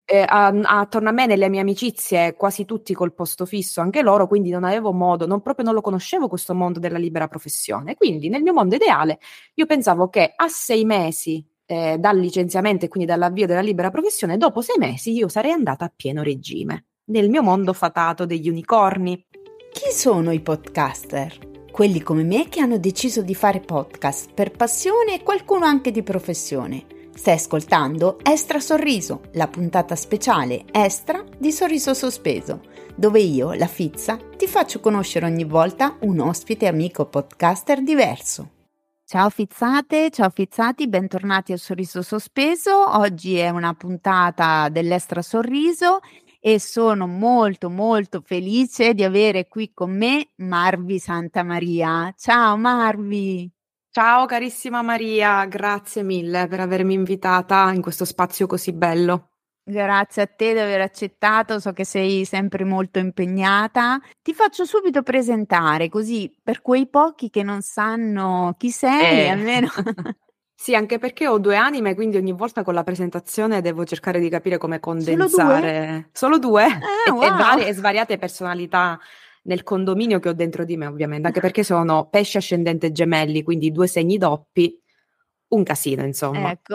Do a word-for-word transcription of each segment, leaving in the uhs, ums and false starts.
eh, a, attorno a me, nelle mie amicizie, quasi tutti col posto fisso, anche loro, quindi non avevo modo, non proprio non lo conoscevo questo mondo della libera professione. Quindi nel mio mondo ideale io pensavo che a sei mesi eh, dal licenziamento e quindi dall'avvio della libera professione, dopo sei mesi io sarei andata a pieno regime, nel mio mondo fatato degli unicorni. Chi sono i podcaster? Quelli come me che hanno deciso di fare podcast per passione e qualcuno anche di professione. Stai ascoltando Extra Sorriso, la puntata speciale extra di Sorriso Sospeso, dove io, la Fizza, ti faccio conoscere ogni volta un ospite amico podcaster diverso. Ciao fizzate, ciao fizzati, bentornati a Sorriso Sospeso. Oggi è una puntata dell'Extra Sorriso e sono molto molto felice di avere qui con me Marvi Santamaria. Ciao Marvi! Ciao carissima Maria, grazie mille per avermi invitata in questo spazio così bello. Grazie a te di aver accettato, so che sei sempre molto impegnata. Ti faccio subito presentare, così per quei pochi che non sanno chi sei, Eh. almeno... Sì, anche perché ho due anime, quindi ogni volta con la presentazione devo cercare di capire come Solo due? condensare. Solo due? Ah, e, wow. e varie, e svariate personalità nel condominio che ho dentro di me, ovviamente, anche perché sono pesci ascendente gemelli, quindi due segni doppi, un casino, insomma. Ecco.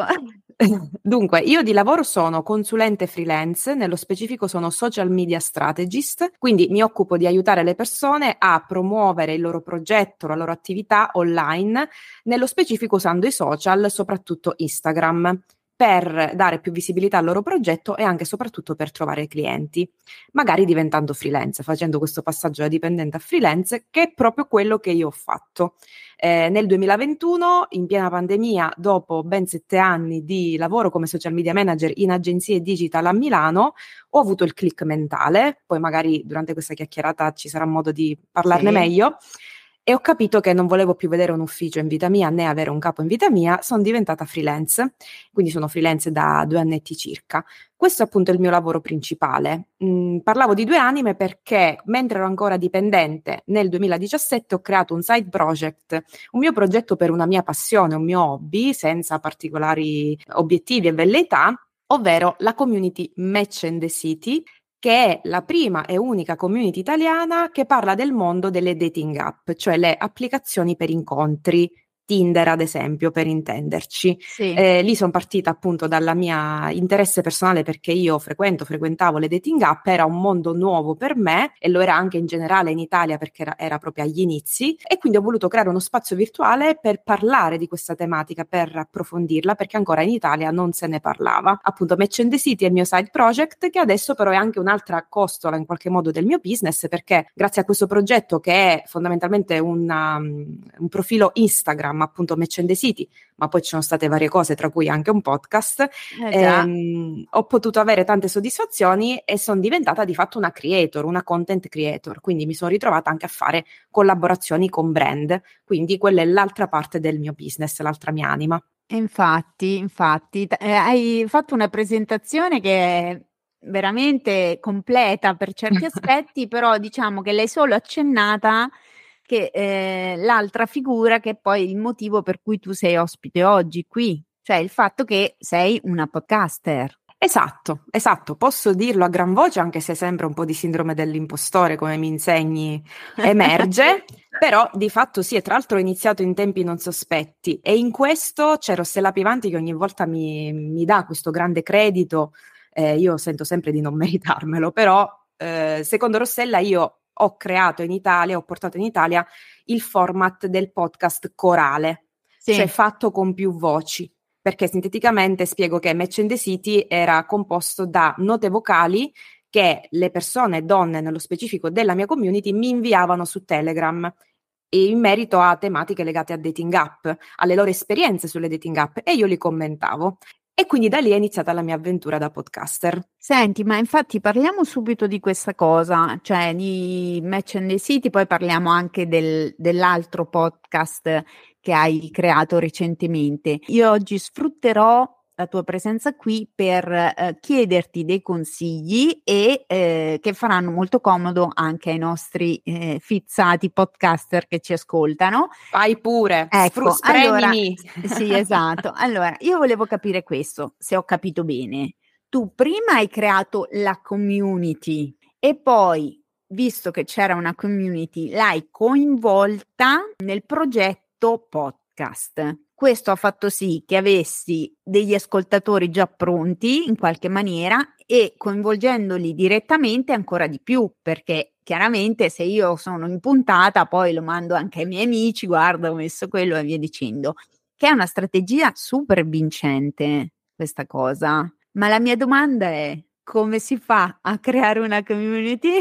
Dunque, io di lavoro sono consulente freelance, nello specifico sono social media strategist, quindi mi occupo di aiutare le persone a promuovere il loro progetto, la loro attività online, nello specifico usando i social, soprattutto Instagram, per dare più visibilità al loro progetto e anche e soprattutto per trovare clienti, magari diventando freelance, facendo questo passaggio da dipendente a freelance, che è proprio quello che io ho fatto. Eh, nel duemilaventuno, in piena pandemia, dopo ben sette anni di lavoro come social media manager in agenzie digital a Milano, ho avuto il click mentale, poi magari durante questa chiacchierata ci sarà modo di parlarne Sì. meglio, e ho capito che non volevo più vedere un ufficio in vita mia né avere un capo in vita mia, sono diventata freelance, quindi sono freelance da due annetti circa. Questo è appunto il mio lavoro principale. Mm, parlavo di due anime perché mentre ero ancora dipendente nel duemiladiciassette ho creato un side project, un mio progetto per una mia passione, un mio hobby, senza particolari obiettivi e velleità, ovvero la community Match and the City, che è la prima e unica community italiana che parla del mondo delle dating app, cioè le applicazioni per incontri, Tinder ad esempio, per intenderci. Sì. Eh, lì sono partita appunto dalla mia interesse personale perché io frequento, frequentavo le dating app, era un mondo nuovo per me e lo era anche in generale in Italia perché era, era proprio agli inizi, e quindi ho voluto creare uno spazio virtuale per parlare di questa tematica, per approfondirla, perché ancora in Italia non se ne parlava. Appunto Match and the City è il mio side project, che adesso però è anche un'altra costola in qualche modo del mio business, perché grazie a questo progetto, che è fondamentalmente una, un profilo Instagram, appunto Match and the City, ma poi ci sono state varie cose, tra cui anche un podcast, Eh già. ehm, ho potuto avere tante soddisfazioni e sono diventata di fatto una creator, una content creator, quindi mi sono ritrovata anche a fare collaborazioni con brand, quindi quella è l'altra parte del mio business, l'altra mia anima. Infatti, infatti, t- eh, hai fatto una presentazione che è veramente completa per certi aspetti, però diciamo che l'hai solo accennata, che eh, l'altra figura che è poi il motivo per cui tu sei ospite oggi qui, cioè il fatto che sei una podcaster. Esatto, esatto, posso dirlo a gran voce, anche se sembra un po' di sindrome dell'impostore, come mi insegni, emerge, però di fatto sì, e tra l'altro ho iniziato in tempi non sospetti, e in questo c'è Rossella Pivanti che ogni volta mi, mi dà questo grande credito, eh, io sento sempre di non meritarmelo, però eh, secondo Rossella io ho creato in Italia, ho portato in Italia il format del podcast corale, Sì. cioè fatto con più voci. Perché sinteticamente spiego che Match and the City era composto da note vocali che le persone, donne nello specifico della mia community, mi inviavano su Telegram e in merito a tematiche legate a dating app, alle loro esperienze sulle dating app, e io li commentavo. E quindi da lì è iniziata la mia avventura da podcaster. Senti, ma infatti parliamo subito di questa cosa, cioè di Match and the City, poi parliamo anche del, dell'altro podcast che hai creato recentemente. Io oggi sfrutterò la tua presenza qui per eh, chiederti dei consigli e eh, che faranno molto comodo anche ai nostri eh, fizzati podcaster che ci ascoltano. Vai pure, Ecco, spru- spremimi. allora, sì, esatto. Allora, io volevo capire questo, se ho capito bene. tu prima hai creato la community e poi, visto che c'era una community, l'hai coinvolta nel progetto podcast. Questo ha fatto sì che avessi degli ascoltatori già pronti in qualche maniera e coinvolgendoli direttamente ancora di più, perché chiaramente se io sono in puntata poi lo mando anche ai miei amici, guarda ho messo quello e via dicendo, che è una strategia super vincente questa cosa. Ma la mia domanda è: come si fa a creare una community?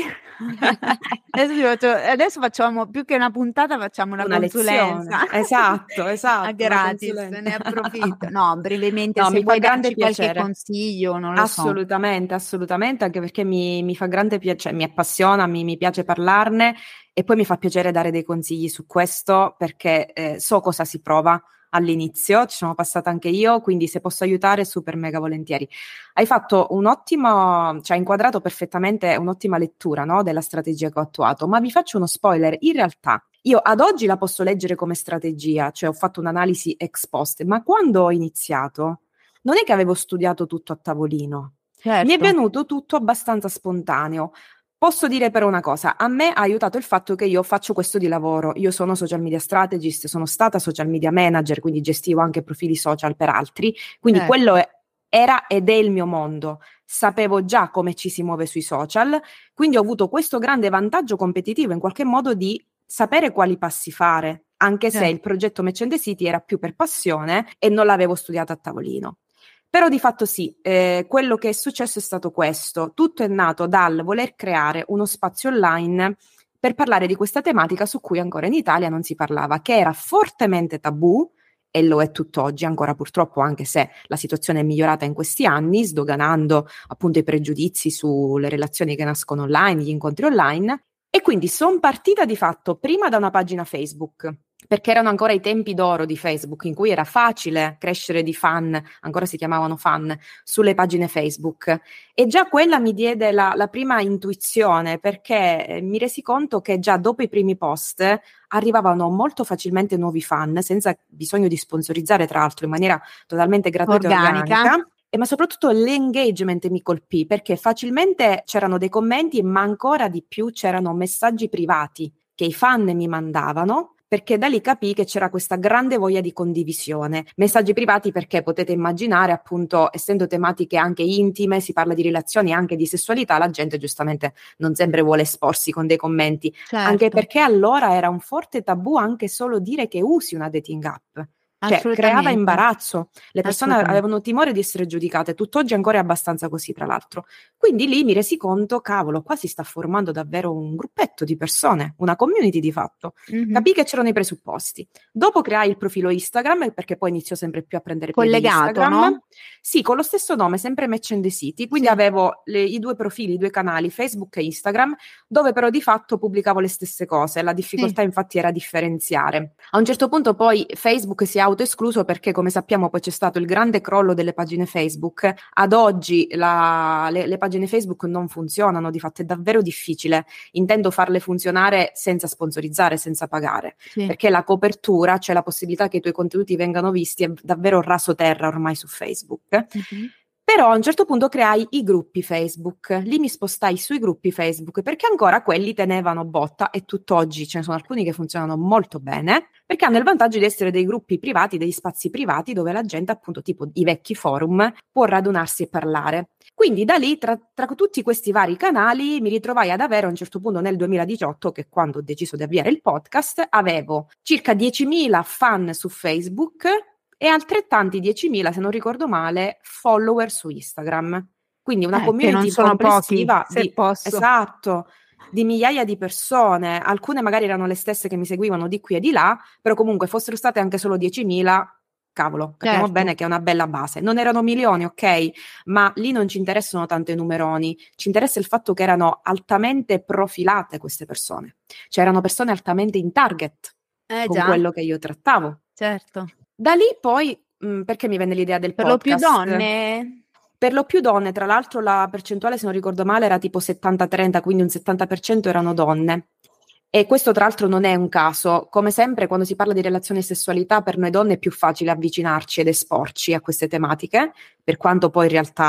adesso, faccio, adesso facciamo più che una puntata, facciamo una, una consulenza. lezione. Esatto, esatto. Gratis, ne approfitto. No, brevemente, no, se mi vuoi fa grande darci qualche piacere. consiglio, non lo assolutamente, so. Assolutamente, anche perché mi, mi fa grande piacere, mi appassiona, mi, mi piace parlarne e poi mi fa piacere dare dei consigli su questo perché eh, so cosa si prova all'inizio, ci sono passata anche io, quindi se posso aiutare super mega volentieri. Hai fatto un ottimo, cioè hai inquadrato perfettamente un'ottima lettura, no, della strategia che ho attuato, ma vi faccio uno spoiler, in realtà io ad oggi la posso leggere come strategia, cioè ho fatto un'analisi ex post, ma quando ho iniziato non è che avevo studiato tutto a tavolino, Certo. mi è venuto tutto abbastanza spontaneo. Posso dire però una cosa, a me ha aiutato il fatto che io faccio questo di lavoro, io sono social media strategist, sono stata social media manager, quindi gestivo anche profili social per altri, quindi Certo. quello è, era ed è il mio mondo, sapevo già come ci si muove sui social, quindi ho avuto questo grande vantaggio competitivo in qualche modo di sapere quali passi fare, anche se Certo. il progetto Match and the City era più per passione e non l'avevo studiato a tavolino. Però di fatto sì, eh, quello che è successo è stato questo. Tutto è nato dal voler creare uno spazio online per parlare di questa tematica su cui ancora in Italia non si parlava, che era fortemente tabù, e lo è tutt'oggi ancora purtroppo, anche se la situazione è migliorata in questi anni, sdoganando appunto i pregiudizi sulle relazioni che nascono online, gli incontri online. E quindi sono partita di fatto prima da una pagina Facebook, perché erano ancora i tempi d'oro di Facebook, in cui era facile crescere di fan, ancora si chiamavano fan, sulle pagine Facebook. E già quella mi diede la, la prima intuizione, perché eh, mi resi conto che già dopo i primi post arrivavano molto facilmente nuovi fan, senza bisogno di sponsorizzare, tra l'altro, in maniera totalmente gratuita Organica. e organica. E ma soprattutto l'engagement mi colpì, perché facilmente c'erano dei commenti, ma ancora di più c'erano messaggi privati che i fan mi mandavano, perché da lì capii che c'era questa grande voglia di condivisione. Messaggi privati perché potete immaginare, appunto, essendo tematiche anche intime, si parla di relazioni, anche di sessualità, la gente giustamente non sempre vuole esporsi con dei commenti, Certo. anche perché allora era un forte tabù anche solo dire che usi una dating app. Cioè, creava imbarazzo, le persone avevano timore di essere giudicate, tutt'oggi ancora è abbastanza così, tra l'altro. Quindi lì mi resi conto, cavolo, qua si sta formando davvero un gruppetto di persone, una community di fatto. Mm-hmm. Capì che c'erano i presupposti. Dopo creai il profilo Instagram, perché poi iniziò sempre più a prendere piede Instagram. No? Sì, con lo stesso nome, sempre Match and the City, quindi sì. Avevo le, i due profili, i due canali, Facebook e Instagram, dove però di fatto pubblicavo le stesse cose, la difficoltà sì. Infatti era differenziare. A un certo punto poi Facebook si è autoescluso perché, come sappiamo, poi c'è stato il grande crollo delle pagine Facebook. Ad oggi la, le, le pagine Facebook non funzionano, di fatto è davvero difficile. Intendo farle funzionare senza sponsorizzare, senza pagare, sì. Perché la copertura, cioè la possibilità che i tuoi contenuti vengano visti, è davvero raso terra ormai su Facebook. Mm-hmm. Però a un certo punto creai i gruppi Facebook, lì mi spostai sui gruppi Facebook perché ancora quelli tenevano botta e tutt'oggi ce ne sono alcuni che funzionano molto bene perché hanno il vantaggio di essere dei gruppi privati, degli spazi privati dove la gente, appunto tipo i vecchi forum, può radunarsi e parlare. Quindi da lì, tra, tra tutti questi vari canali, mi ritrovai ad avere a un certo punto nel duemiladiciotto, che quando ho deciso di avviare il podcast, avevo circa diecimila fan su Facebook e altrettanti diecimila, se non ricordo male, follower su Instagram. Quindi una eh, community complessiva pochi, di, esatto, di migliaia di persone. Alcune magari erano le stesse che mi seguivano di qui e di là, però comunque fossero state anche solo diecimila, cavolo, capiamo certo. Bene che è una bella base. Non erano milioni, ok, ma lì non ci interessano tanto i numeroni, ci interessa il fatto che erano altamente profilate queste persone. Cioè erano persone altamente in target eh, con già. quello che io trattavo. Certo. Da lì poi, mh, perché mi venne l'idea del per podcast? Per lo più donne? Per lo più donne, tra l'altro la percentuale, se non ricordo male, era tipo settanta trenta, quindi un settanta per cento erano donne. E questo tra l'altro non è un caso. Come sempre, quando si parla di relazione e sessualità, per noi donne è più facile avvicinarci ed esporci a queste tematiche, per quanto poi in realtà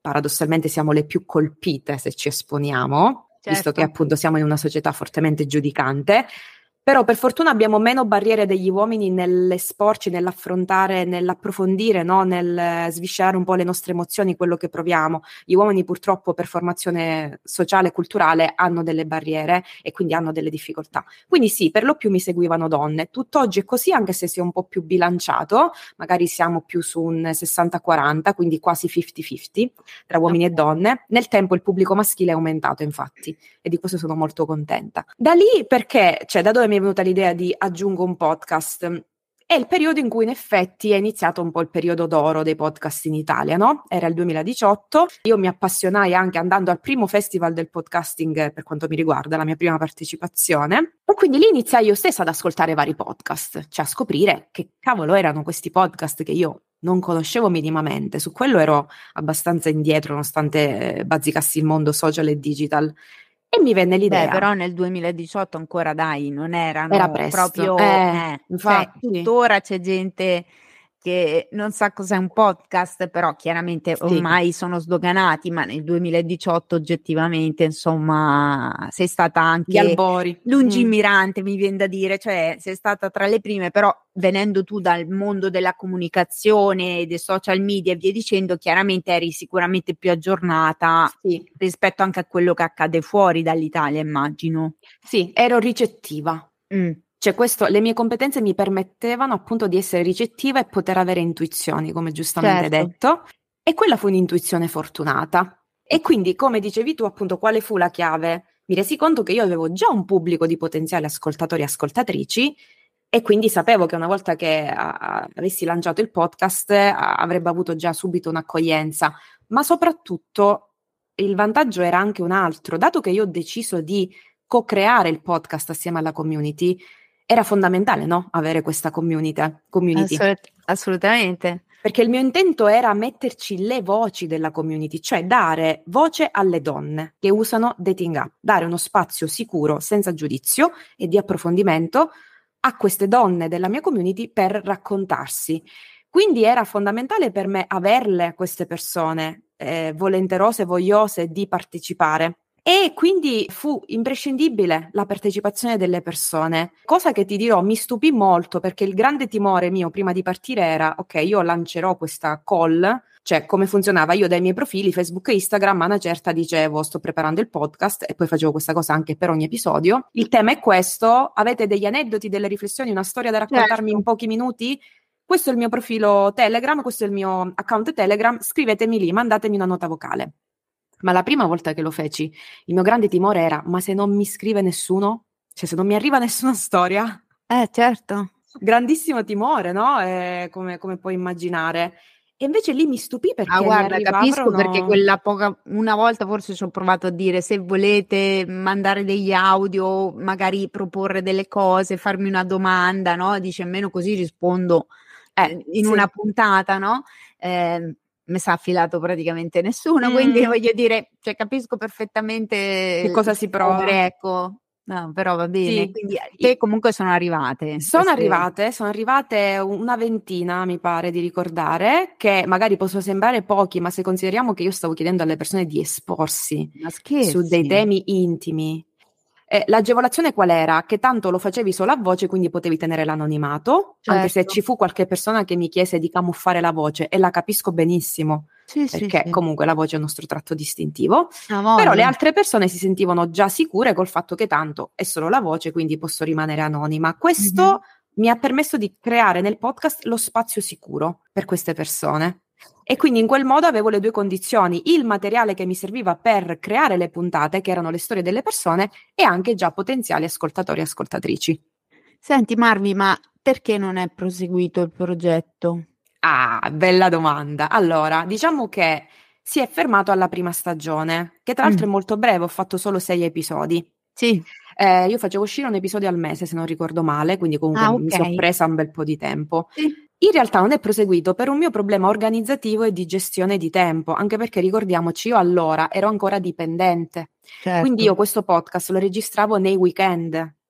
paradossalmente siamo le più colpite se ci esponiamo, certo. Visto che appunto siamo in una società fortemente giudicante. Però per fortuna abbiamo meno barriere degli uomini nell'esporci, nell'affrontare, nell'approfondire, no? Nel sviscerare un po' le nostre emozioni, quello che proviamo. Gli uomini purtroppo per formazione sociale e culturale hanno delle barriere e quindi hanno delle difficoltà. Quindi sì, per lo più mi seguivano donne. Tutt'oggi è così, anche se si è un po' più bilanciato, magari siamo più su un sessanta quaranta, quindi quasi cinquanta cinquanta tra uomini okay. e donne. Nel tempo il pubblico maschile è aumentato, infatti, e di questo sono molto contenta. Da lì perché, cioè da dove mi è venuta l'idea di aggiungo un podcast? È il periodo in cui in effetti è iniziato un po' il periodo d'oro dei podcast in Italia, no? Era il duemiladiciotto, io mi appassionai anche andando al primo festival del podcasting per quanto mi riguarda, la mia prima partecipazione, e quindi lì iniziai io stessa ad ascoltare vari podcast, cioè a scoprire che cavolo erano questi podcast che io non conoscevo minimamente, su quello ero abbastanza indietro nonostante eh, bazzicassi il mondo social e digital. E mi venne l'idea. Beh, però nel duemiladiciotto ancora dai, non erano Era presto. proprio, eh, eh, infatti. Cioè, tuttora c'è gente che non sa cos'è un podcast, però chiaramente ormai sì. sono sdoganati, ma nel duemiladiciotto oggettivamente, insomma, sei stata anche albori. lungimirante, mm. mi viene da dire, cioè sei stata tra le prime, però venendo tu dal mondo della comunicazione, dei social media e via dicendo, chiaramente eri sicuramente più aggiornata sì. rispetto anche a quello che accade fuori dall'Italia, immagino. Sì, ero ricettiva. Mm. Cioè questo, le mie competenze mi permettevano appunto di essere ricettiva e poter avere intuizioni, come giustamente certo. detto, e quella fu un'intuizione fortunata. E quindi, come dicevi tu, appunto, quale fu la chiave? Mi resi conto che io avevo già un pubblico di potenziali ascoltatori e ascoltatrici e quindi sapevo che una volta che a, avessi lanciato il podcast a, avrebbe avuto già subito un'accoglienza, ma soprattutto il vantaggio era anche un altro, dato che io ho deciso di co-creare il podcast assieme alla community, era fondamentale, no? Avere questa community. community. Assolut- assolutamente. Perché il mio intento era metterci le voci della community, cioè dare voce alle donne che usano dating app, dare uno spazio sicuro, senza giudizio e di approfondimento a queste donne della mia community per raccontarsi. Quindi era fondamentale per me averle queste persone eh, volenterose, vogliose di partecipare. E quindi fu imprescindibile la partecipazione delle persone, cosa che ti dirò mi stupì molto perché il grande timore mio prima di partire era ok, io lancerò questa call, cioè come funzionava, io dai miei profili Facebook e Instagram a una certa dicevo sto preparando il podcast e poi facevo questa cosa anche per ogni episodio, il tema è questo, avete degli aneddoti, delle riflessioni, una storia da raccontarmi certo. in pochi minuti? Questo è il mio profilo Telegram, questo è il mio account Telegram, scrivetemi lì, mandatemi una nota vocale. Ma la prima volta che lo feci, il mio grande timore era, ma se non mi scrive nessuno? Cioè, se non mi arriva nessuna storia? Eh, certo. Grandissimo timore, no? Eh, come, come puoi immaginare. E invece lì mi stupì perché ah, guarda, capisco uno... perché quella poca, una volta forse ci ho provato a dire se volete mandare degli audio, magari proporre delle cose, farmi una domanda, no? Dice almeno così rispondo eh, in sì. una puntata, no? Eh, mi sa affilato praticamente nessuno, mm. quindi voglio dire, cioè capisco perfettamente che cosa si prova, ecco. No, però va bene, sì. Quindi te comunque sono arrivate. Sono queste... arrivate, sono arrivate una ventina, mi pare di ricordare, che magari possono sembrare pochi, ma se consideriamo che io stavo chiedendo alle persone di esporsi su dei temi intimi, eh, l'agevolazione qual era? Che tanto lo facevi solo a voce, quindi potevi tenere l'anonimato, certo. anche se ci fu qualche persona che mi chiese di camuffare la voce, e la capisco benissimo. Sì, perché sì, comunque sì. la voce è il nostro tratto distintivo, ah, però le altre persone si sentivano già sicure col fatto che tanto è solo la voce, quindi posso rimanere anonima. Questo mm-hmm. mi ha permesso di creare nel podcast lo spazio sicuro per queste persone. E quindi in quel modo avevo le due condizioni, il materiale che mi serviva per creare le puntate, che erano le storie delle persone, e anche già potenziali ascoltatori e ascoltatrici. Senti Marvi, ma perché non è proseguito il progetto? Ah, bella domanda. Allora, diciamo che si è fermato alla prima stagione, che tra l'altro mm. è molto breve, ho fatto solo sei episodi. Sì. Eh, io facevo uscire un episodio al mese, se non ricordo male, quindi comunque ah, okay. mi sono presa un bel po' di tempo. Sì. In realtà non è proseguito per un mio problema organizzativo e di gestione di tempo, anche perché ricordiamoci, io allora ero ancora dipendente. Certo. Quindi io questo podcast lo registravo nei weekend.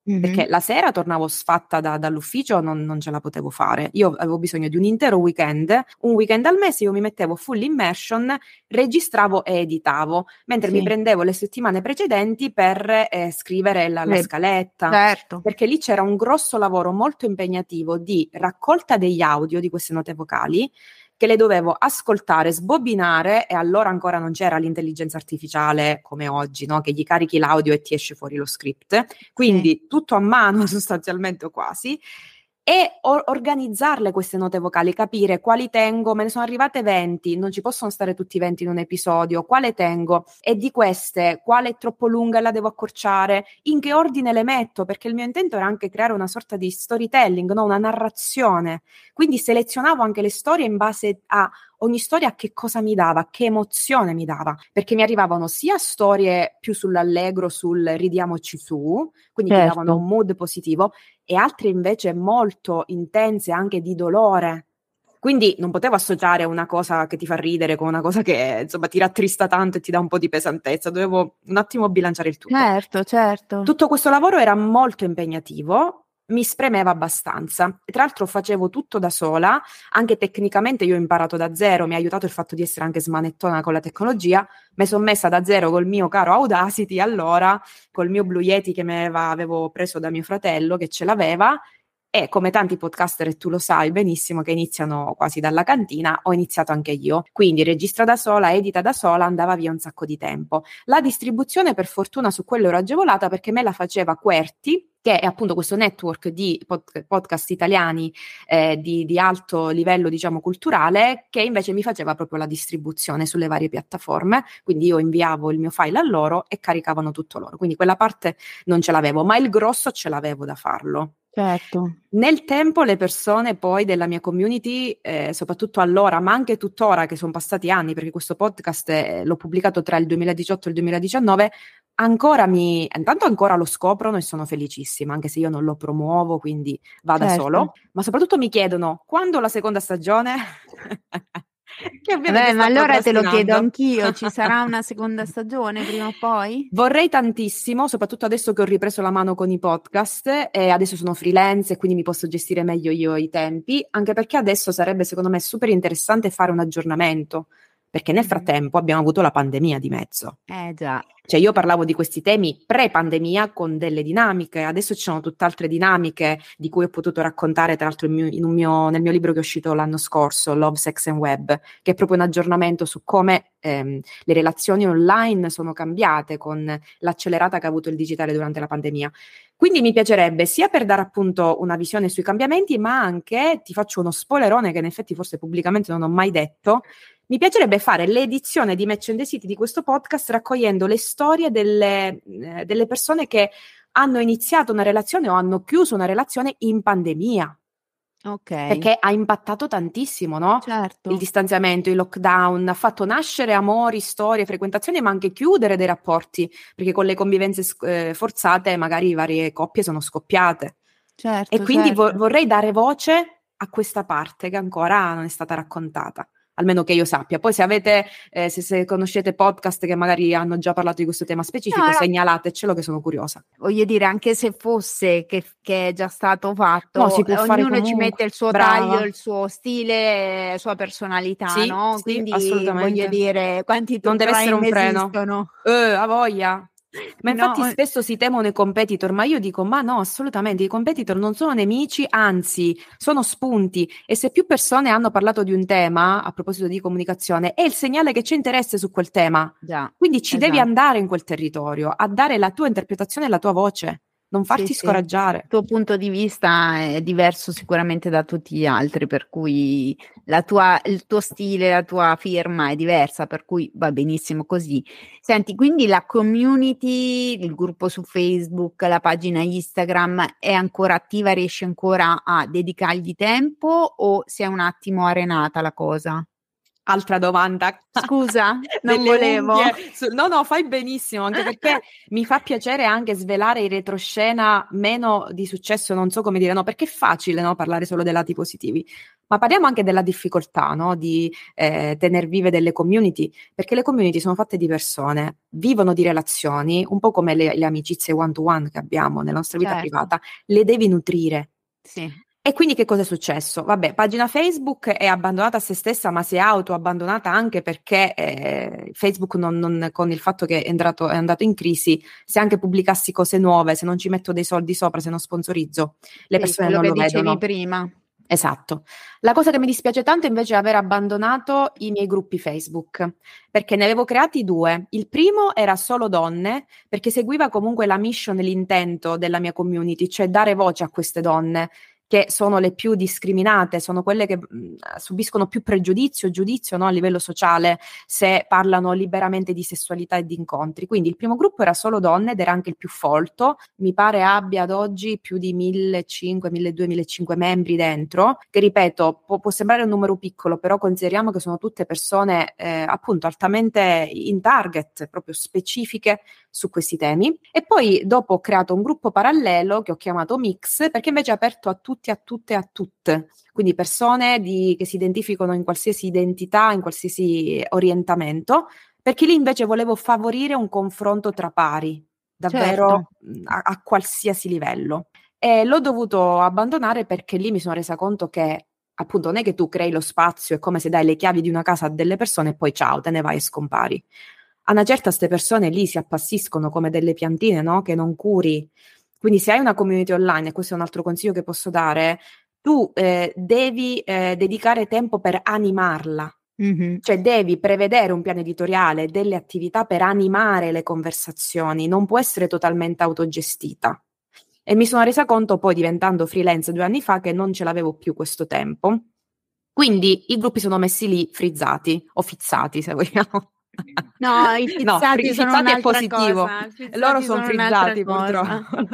Mm-hmm. Perché la sera tornavo sfatta da, dall'ufficio, non, non ce la potevo fare. Io avevo bisogno di un intero weekend, un weekend al mese io mi mettevo full immersion, registravo e editavo, mentre sì. mi prendevo le settimane precedenti per eh, scrivere la, la scaletta. Certo. Perché lì c'era un grosso lavoro molto impegnativo di raccolta degli audio di queste note vocali, che le dovevo ascoltare, sbobinare, e allora ancora non c'era l'intelligenza artificiale come oggi, no? Che gli carichi l'audio e ti esce fuori lo script, quindi sì. tutto a mano sostanzialmente o quasi, e or- organizzarle queste note vocali, capire quali tengo, me ne sono arrivate venti, non ci possono stare tutti i venti in un episodio, quale tengo, e di queste quale è troppo lunga e la devo accorciare, in che ordine le metto, perché il mio intento era anche creare una sorta di storytelling, no? Una narrazione, quindi selezionavo anche le storie in base a ogni storia che cosa mi dava, che emozione mi dava, perché mi arrivavano sia storie più sull'allegro, sul ridiamoci su, quindi certo. ti davano un mood positivo, e altre invece molto intense, anche di dolore. Quindi non potevo associare una cosa che ti fa ridere con una cosa che insomma ti rattrista tanto e ti dà un po' di pesantezza, dovevo un attimo bilanciare il tutto. Certo, certo. Tutto questo lavoro era molto impegnativo, mi spremeva abbastanza. Tra l'altro facevo tutto da sola, anche tecnicamente io ho imparato da zero, mi ha aiutato il fatto di essere anche smanettona con la tecnologia, mi sono messa da zero col mio caro Audacity, allora, col mio Blue Yeti che me aveva, avevo preso da mio fratello che ce l'aveva, e come tanti podcaster, e tu lo sai benissimo, che iniziano quasi dalla cantina, ho iniziato anche io. Quindi registra da sola, edita da sola, andava via un sacco di tempo. La distribuzione per fortuna su quello ero agevolata, perché me la faceva Querti, che è appunto questo network di pod- podcast italiani eh, di, di alto livello, diciamo, culturale, che invece mi faceva proprio la distribuzione sulle varie piattaforme. Quindi io inviavo il mio file a loro e caricavano tutto loro. Quindi quella parte non ce l'avevo, ma il grosso ce l'avevo da farlo. Certo. Nel tempo le persone poi della mia community, eh, soprattutto allora, ma anche tuttora, che sono passati anni, perché questo podcast eh, l'ho pubblicato tra il duemiladiciotto e il duemiladiciannove, ancora mi, intanto ancora lo scoprono e sono felicissima, anche se io non lo promuovo, quindi va da certo. solo, ma soprattutto mi chiedono, quando la seconda stagione? Che Beh, ma allora te lo chiedo anch'io, ci sarà una seconda stagione prima o poi? Vorrei tantissimo, soprattutto adesso che ho ripreso la mano con i podcast e adesso sono freelance e quindi mi posso gestire meglio io i tempi, anche perché adesso sarebbe secondo me super interessante fare un aggiornamento, perché nel frattempo abbiamo avuto la pandemia di mezzo. Eh già. Cioè io parlavo di questi temi pre-pandemia con delle dinamiche, adesso ci sono tutt'altre dinamiche di cui ho potuto raccontare, tra l'altro in mio, in un mio, nel mio libro che è uscito l'anno scorso, Love, Sex and Web, che è proprio un aggiornamento su come ehm, le relazioni online sono cambiate con l'accelerata che ha avuto il digitale durante la pandemia. Quindi mi piacerebbe sia per dare appunto una visione sui cambiamenti, ma anche, ti faccio uno spoilerone che in effetti forse pubblicamente non ho mai detto, mi piacerebbe fare l'edizione di Match and the City di questo podcast raccogliendo le storie delle, eh, delle persone che hanno iniziato una relazione o hanno chiuso una relazione in pandemia. Ok. Perché ha impattato tantissimo, no? Certo. Il distanziamento, il lockdown, ha fatto nascere amori, storie, frequentazioni, ma anche chiudere dei rapporti, perché con le convivenze eh, forzate magari varie coppie sono scoppiate. Certo, e quindi certo. vo- vorrei dare voce a questa parte che ancora non è stata raccontata. Almeno che io sappia. Poi se avete, eh, se, se conoscete podcast che magari hanno già parlato di questo tema specifico, no, no. segnalatecelo che sono curiosa. Voglio dire, anche se fosse che, che è già stato fatto, no, si può ognuno fare ci comunque. mette il suo Brava. taglio, il suo stile, la sua personalità, sì, no? Sì, Quindi assolutamente. voglio dire, quanti non deve essere un freno. esistono? Eh, a voglia. Ma infatti No. spesso si temono i competitor, ma io dico, ma no, assolutamente, i competitor non sono nemici, anzi, sono spunti. E se più persone hanno parlato di un tema, a proposito di comunicazione, è il segnale che c'è interesse su quel tema. Già, Quindi ci esatto. devi andare in quel territorio, a dare la tua interpretazione e la tua voce. Non farti sì, scoraggiare. Sì. Il tuo punto di vista è diverso sicuramente da tutti gli altri, per cui la tua, il tuo stile, la tua firma è diversa, per cui va benissimo così. Senti, quindi la community, il gruppo su Facebook, la pagina Instagram è ancora attiva? Riesci ancora a dedicargli tempo o si è un attimo arenata la cosa? Altra domanda. Scusa, non volevo. Su... No, no, fai benissimo, anche perché mi fa piacere anche svelare in retroscena meno di successo, non so come dire, no, perché è facile, no, parlare solo dei lati positivi, ma parliamo anche della difficoltà, no, di eh, tener vive delle community, perché le community sono fatte di persone, vivono di relazioni, un po' come le, le amicizie one-to-one che abbiamo nella nostra vita Certo. privata, le devi nutrire. Sì. E quindi che cosa è successo? Vabbè, pagina Facebook è abbandonata a se stessa, ma si è auto-abbandonata anche perché eh, Facebook non, non, con il fatto che è andato, è andato in crisi, se anche pubblicassi cose nuove, se non ci metto dei soldi sopra, se non sponsorizzo, le sì, persone quello non che lo dicevi vedono. prima. Esatto. La cosa che mi dispiace tanto invece è aver abbandonato i miei gruppi Facebook, perché ne avevo creati due. Il primo era solo donne, perché seguiva comunque la mission e l'intento della mia community, cioè dare voce a queste donne che sono le più discriminate, sono quelle che mh, subiscono più pregiudizio, giudizio, no, a livello sociale se parlano liberamente di sessualità e di incontri. Quindi il primo gruppo era solo donne ed era anche il più folto, mi pare abbia ad oggi più di millecinquecento, milleduecento, millecinquecento membri dentro, che ripeto, può, può sembrare un numero piccolo, però consideriamo che sono tutte persone eh, appunto altamente in target, proprio specifiche su questi temi. E poi dopo ho creato un gruppo parallelo che ho chiamato Mix, perché invece è aperto a tutti, a tutte, a tutte, quindi persone di, che si identificano in qualsiasi identità, in qualsiasi orientamento, perché lì invece volevo favorire un confronto tra pari, davvero Certo. a, a qualsiasi livello. E l'ho dovuto abbandonare perché lì mi sono resa conto che appunto non è che tu crei lo spazio, è come se dai le chiavi di una casa a delle persone e poi ciao, te ne vai e scompari. A una certa queste persone lì si appassiscono come delle piantine, no? Che non curi. Quindi se hai una community online, e questo è un altro consiglio che posso dare, tu eh, devi eh, dedicare tempo per animarla. Mm-hmm. Cioè devi prevedere un piano editoriale, delle attività per animare le conversazioni, non può essere totalmente autogestita. E mi sono resa conto poi diventando freelance due anni fa che non ce l'avevo più questo tempo. Quindi i gruppi sono messi lì frizzati o fizzati, se vogliamo. No, i fizzati no, fri- sono fizzati è un'altra positivo. cosa. Fizzati Loro sono sono un'altra frizzati cosa. purtroppo.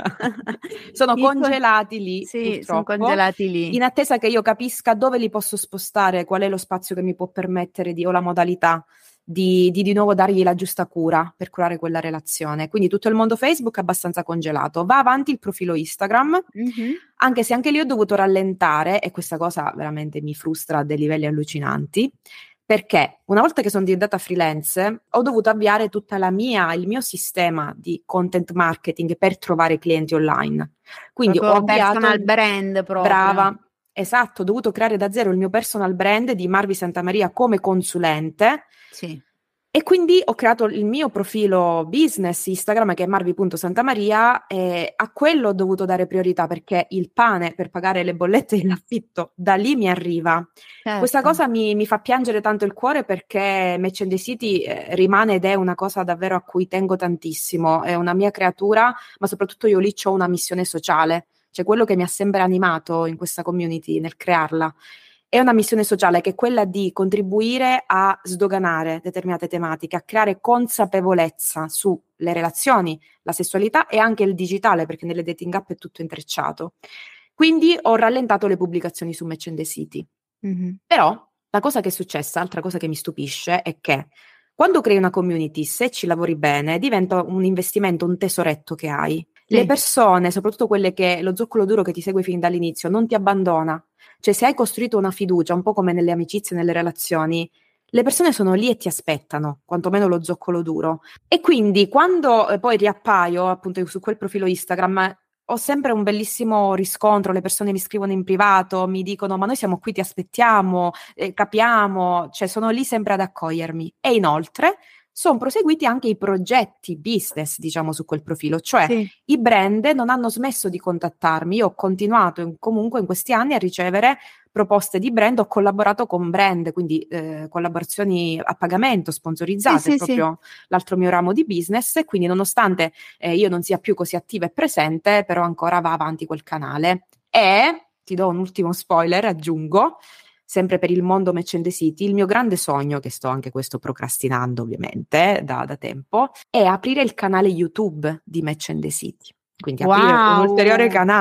sono I tuoi- congelati lì Sì, sono purtroppo, congelati lì. in attesa che io capisca dove li posso spostare, qual è lo spazio che mi può permettere di, o la modalità di, di di nuovo dargli la giusta cura per curare quella relazione. Quindi tutto il mondo Facebook è abbastanza congelato. Va avanti il profilo Instagram, Mm-hmm. anche se anche lì ho dovuto rallentare e questa cosa veramente mi frustra a dei livelli allucinanti. Perché una volta che sono diventata freelance ho dovuto avviare tutta la mia, il mio sistema di content marketing per trovare clienti online. Quindi Proprio ho avviato personal brand proprio. Brava, esatto, ho dovuto creare da zero il mio personal brand di Marvi Santamaria come consulente. Sì. E quindi ho creato il mio profilo business Instagram che è marvi punto santamaria e a quello ho dovuto dare priorità perché il pane per pagare le bollette e l'affitto da lì mi arriva. Certo. Questa cosa mi, mi fa piangere tanto il cuore perché Match and the City eh, rimane ed è una cosa davvero a cui tengo tantissimo, è una mia creatura, ma soprattutto io lì ho una missione sociale, cioè quello che mi ha sempre animato in questa community nel crearla. È una missione sociale che è quella di contribuire a sdoganare determinate tematiche, a creare consapevolezza sulle relazioni, la sessualità e anche il digitale, perché nelle dating app è tutto intrecciato. Quindi ho rallentato le pubblicazioni su Match and the City. Mm-hmm. Però la cosa che è successa, altra cosa che mi stupisce, è che quando crei una community, se ci lavori bene, diventa un investimento, un tesoretto che hai. Sì. Le persone, soprattutto quelle che lo zoccolo duro che ti segue fin dall'inizio, non ti abbandona. Cioè se hai costruito una fiducia, un po' come nelle amicizie, nelle relazioni, le persone sono lì e ti aspettano, quantomeno lo zoccolo duro. E quindi quando eh, poi riappaio appunto su quel profilo Instagram, ho sempre un bellissimo riscontro, le persone mi scrivono in privato, mi dicono ma noi siamo qui, ti aspettiamo, eh, capiamo, cioè sono lì sempre ad accogliermi. E inoltre sono proseguiti anche i progetti business, diciamo, su quel profilo, cioè sì. I brand non hanno smesso di contattarmi, io ho continuato in, comunque in questi anni a ricevere proposte di brand, ho collaborato con brand, quindi eh, collaborazioni a pagamento, sponsorizzate, sì, sì, proprio sì. L'altro mio ramo di business, e quindi nonostante eh, io non sia più così attiva e presente, però ancora va avanti quel canale. E, ti do un ultimo spoiler, aggiungo, sempre per il mondo Match and the City, il mio grande sogno, che sto anche questo procrastinando ovviamente da, da tempo, è aprire il canale YouTube di Match and the City. Quindi wow. Aprire un ulteriore canale.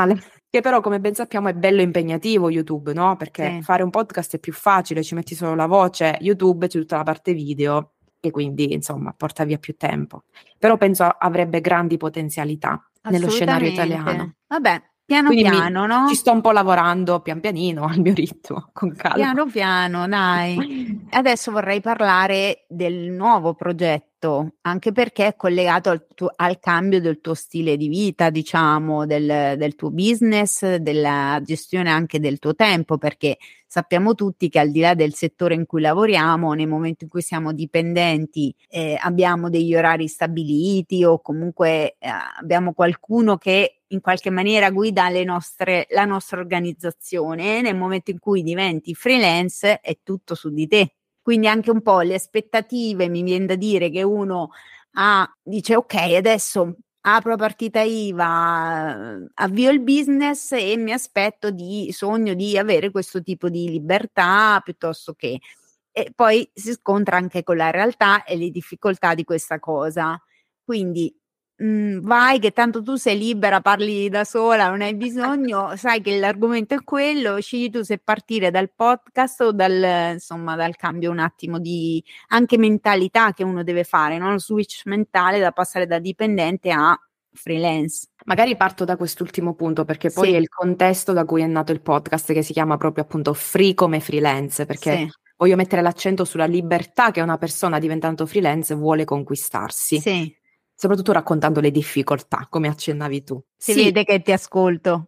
Che però, come ben sappiamo, è bello impegnativo YouTube, no? Perché Sì. fare un podcast è più facile, ci metti solo la voce, YouTube c'è tutta la parte video e quindi, insomma, porta via più tempo. Però penso avrebbe grandi potenzialità nello scenario italiano. Assolutamente. Vabbè, piano Quindi mi, piano, ci no? sto un po' lavorando pian pianino, al mio ritmo, con calma. Piano piano, dai. Adesso vorrei parlare del nuovo progetto, anche perché è collegato al, tuo- al cambio del tuo stile di vita, diciamo, del, del tuo business, della gestione anche del tuo tempo, perché sappiamo tutti che al di là del settore in cui lavoriamo, nel momento in cui siamo dipendenti, eh, abbiamo degli orari stabiliti o comunque eh, abbiamo qualcuno che in qualche maniera guida le nostre, la nostra organizzazione. Nel momento in cui diventi freelance è tutto su di te. Quindi anche un po' le aspettative, mi viene da dire che uno ha, dice ok, adesso apro partita I V A, avvio il business e mi aspetto di sogno di avere questo tipo di libertà piuttosto che, e poi si scontra anche con la realtà e le difficoltà di questa cosa. Quindi mh, vai che tanto tu sei libera, parli da sola, non hai bisogno, sai che l'argomento è quello, scegli tu se partire dal podcast o dal, insomma, dal cambio un attimo di anche mentalità che uno deve fare, no? Lo switch mentale da passare da dipendente a freelance. Magari parto da quest'ultimo punto perché poi Sì, è il contesto da cui è nato il podcast, che si chiama proprio appunto Free come freelance, perché sì, voglio mettere l'accento sulla libertà che una persona diventando freelance vuole conquistarsi, sì, soprattutto raccontando le difficoltà, come accennavi tu. si Sì, vede che ti ascolto,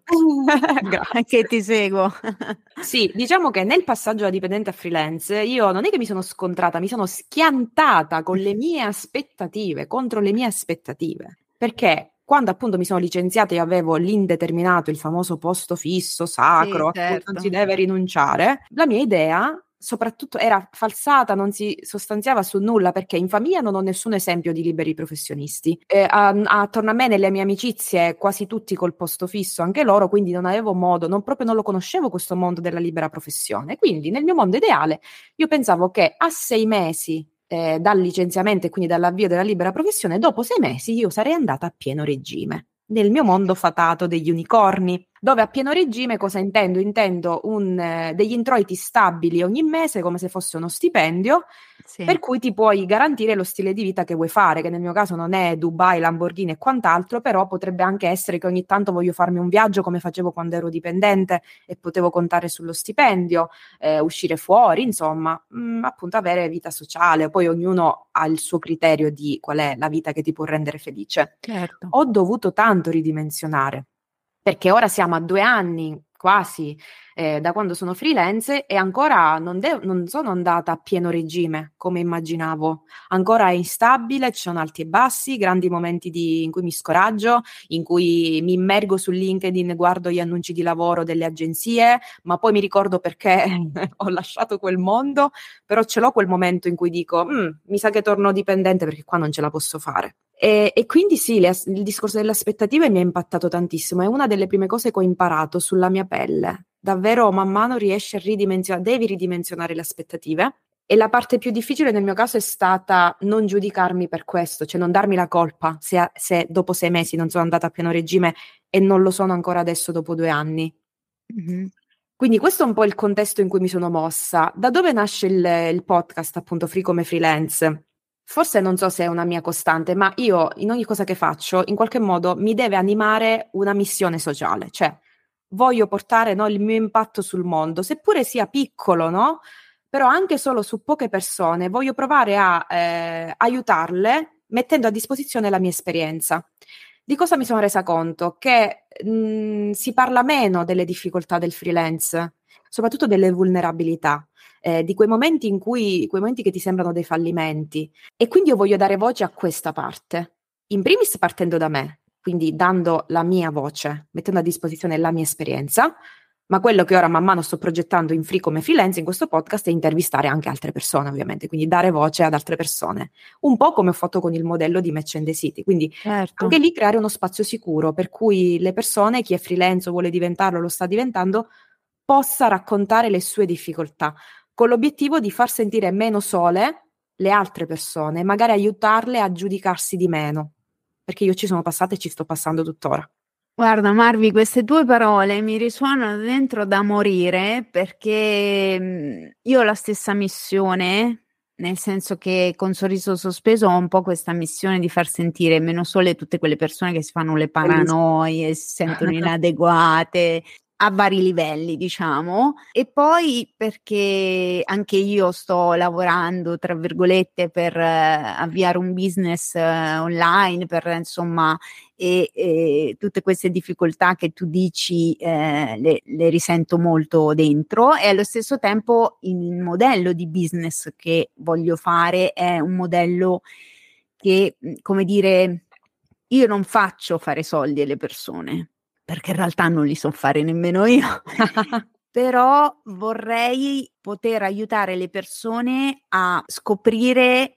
che grazie. ti seguo. Sì, diciamo che nel passaggio da dipendente a freelance io non è che mi sono scontrata, mi sono schiantata con le mie aspettative, contro le mie aspettative, perché quando appunto mi sono licenziata io avevo l'indeterminato, il famoso posto fisso, Sì, sacro, a cui non si certo. deve rinunciare, la mia idea soprattutto era falsata, non si sostanziava su nulla, perché in famiglia non ho nessun esempio di liberi professionisti. Eh, a- a- attorno a me, nelle mie amicizie, quasi tutti col posto fisso, anche loro, quindi non avevo modo, non proprio non lo conoscevo questo mondo della libera professione. Quindi nel mio mondo ideale io pensavo che a sei mesi eh, dal licenziamento e quindi dall'avvio della libera professione, dopo sei mesi io sarei andata a pieno regime. Nel mio mondo fatato degli unicorni, dove a pieno regime cosa intendo? Intendo un, eh, degli introiti stabili ogni mese come se fosse uno stipendio, Sì. per cui ti puoi garantire lo stile di vita che vuoi fare, che nel mio caso non è Dubai, Lamborghini e quant'altro, però potrebbe anche essere che ogni tanto voglio farmi un viaggio come facevo quando ero dipendente e potevo contare sullo stipendio, eh, uscire fuori, insomma, mh, appunto avere vita sociale. Poi ognuno ha il suo criterio di qual è la vita che ti può rendere felice. Certo. Ho dovuto tanto ridimensionare, perché ora siamo a due anni quasi eh, da quando sono freelance e ancora non, de- non sono andata a pieno regime come immaginavo. Ancora è instabile, ci sono alti e bassi, grandi momenti di- in cui mi scoraggio, in cui mi immergo su LinkedIn, guardo gli annunci di lavoro delle agenzie, ma poi mi ricordo perché ho lasciato quel mondo, però ce l'ho quel momento in cui dico, "Mm, mi sa che torno dipendente perché qua non ce la posso fare." E, e quindi sì, le as- il discorso delle aspettative mi ha impattato tantissimo, è una delle prime cose che ho imparato sulla mia pelle. Davvero man mano riesci a ridimensionare, devi ridimensionare le aspettative. E la parte più difficile nel mio caso è stata non giudicarmi per questo, cioè non darmi la colpa se, a- se dopo sei mesi non sono andata a pieno regime e non lo sono ancora adesso dopo due anni. Mhm. Quindi questo è un po' il contesto in cui mi sono mossa. Da dove nasce il, il podcast, appunto, Free come freelance? Forse non so se è una mia costante, ma io in ogni cosa che faccio, in qualche modo mi deve animare una missione sociale, cioè voglio portare, no, il mio impatto sul mondo, seppure sia piccolo, no? Però anche solo su poche persone, voglio provare a eh, aiutarle mettendo a disposizione la mia esperienza. Di cosa mi sono resa conto? Che mh, si parla meno delle difficoltà del freelance, soprattutto delle vulnerabilità, eh, di quei momenti in cui, quei momenti che ti sembrano dei fallimenti. E quindi io voglio dare voce a questa parte, in primis partendo da me, quindi dando la mia voce, mettendo a disposizione la mia esperienza, ma quello che ora man mano sto progettando in Free come freelance in questo podcast è intervistare anche altre persone, ovviamente, quindi dare voce ad altre persone, un po' come ho fatto con il modello di Match and the City, quindi Certo. anche lì creare uno spazio sicuro per cui le persone, chi è freelance o vuole diventarlo, lo sta diventando, possa raccontare le sue difficoltà, con l'obiettivo di far sentire meno sole le altre persone, magari aiutarle a giudicarsi di meno, perché io ci sono passata e ci sto passando tuttora. Guarda Marvi, queste tue parole mi risuonano dentro da morire, perché mh, io ho la stessa missione, nel senso che con Sorriso Sospeso ho un po' questa missione di far sentire meno sole tutte quelle persone che si fanno le Bellissimo. paranoie, si sentono inadeguate a vari livelli, diciamo. E poi perché anche io sto lavorando, tra virgolette, per eh, avviare un business eh, online, per insomma, e, e tutte queste difficoltà che tu dici eh, le, le risento molto dentro, e allo stesso tempo il modello di business che voglio fare è un modello che, come dire, io non faccio fare soldi alle persone, perché in realtà non li so fare nemmeno io. Però vorrei poter aiutare le persone a scoprire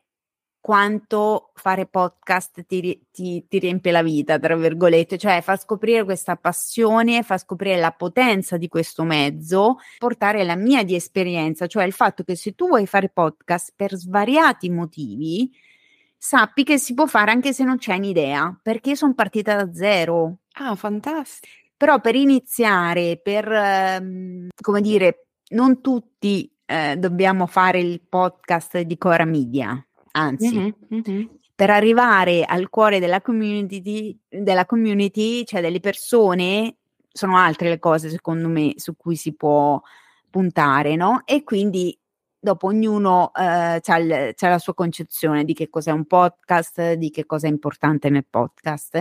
quanto fare podcast ti, ti, ti riempie la vita, tra virgolette, cioè far scoprire questa passione, far scoprire la potenza di questo mezzo, portare la mia di esperienza, cioè il fatto che se tu vuoi fare podcast per svariati motivi, sappi che si può fare anche se non c'è un'idea, perché io sono partita da zero. Ah, fantastico. Però per iniziare, per, ehm, come dire, non tutti eh, dobbiamo fare il podcast di Cora Media, anzi, Mhm, mhm. per arrivare al cuore della community, della community, cioè delle persone, sono altre le cose secondo me su cui si può puntare, no? E quindi dopo ognuno eh, ha la sua concezione di che cos'è un podcast, di che cosa è importante nel podcast.